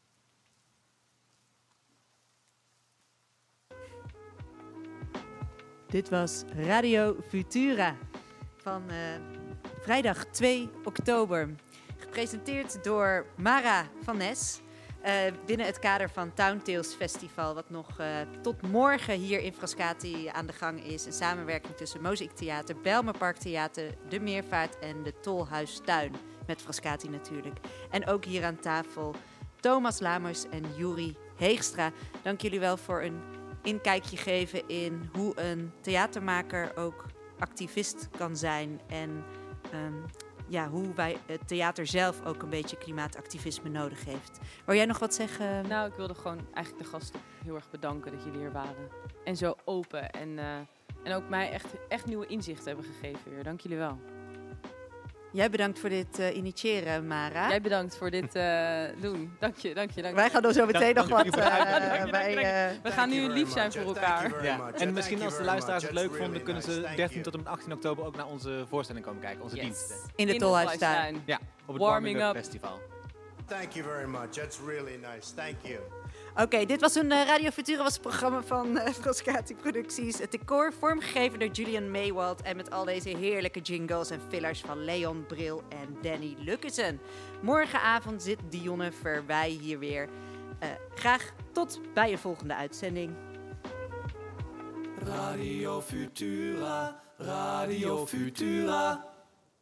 Dit was Radio Futura van uh, vrijdag twee oktober. Gepresenteerd door Mara van Nes. Uh, binnen het kader van Town Tales Festival, wat nog uh, tot morgen hier in Frascati aan de gang is. Een samenwerking tussen Mozaïek Theater, Bijlmerpark Theater, De Meervaart en de Tolhuistuin. Met Frascati natuurlijk. En ook hier aan tafel Thomas Lamers en Juri Heegstra. Dank jullie wel voor een inkijkje geven in hoe een theatermaker ook activist kan zijn. En um, ja, hoe wij het theater zelf ook een beetje klimaatactivisme nodig heeft. Wil jij nog wat zeggen? Nou, ik wilde gewoon eigenlijk de gasten heel erg bedanken dat jullie hier waren. En zo open en, uh, en ook mij echt, echt nieuwe inzichten hebben gegeven weer. Dank jullie wel. Jij bedankt voor dit uh, initiëren, Mara. Jij bedankt voor dit uh, doen. Dank je, dank je, dank je. Wij gaan er zo meteen nog wat... Uh, bij, uh, We gaan nu lief zijn voor elkaar. Ja. En misschien als de luisteraars het leuk vonden, kunnen ze dertien tot en met achttien oktober ook naar onze voorstelling komen kijken. Onze yes. diensten. In de Tolhuistuin. Ja, op het Warming, Warming Up Up Festival. Thank you very much. That's really nice. Thank you. Oké, okay, dit was een uh, Radio Futura, was het programma van uh, Frascati Producties. Het decor vormgegeven door Julian Maywald en met al deze heerlijke jingles en fillers van Leon Bril en Danny Lukkesen. Morgenavond zit Dionne Verwij hier weer. Uh, graag tot bij een volgende uitzending. Radio Futura, Radio Futura.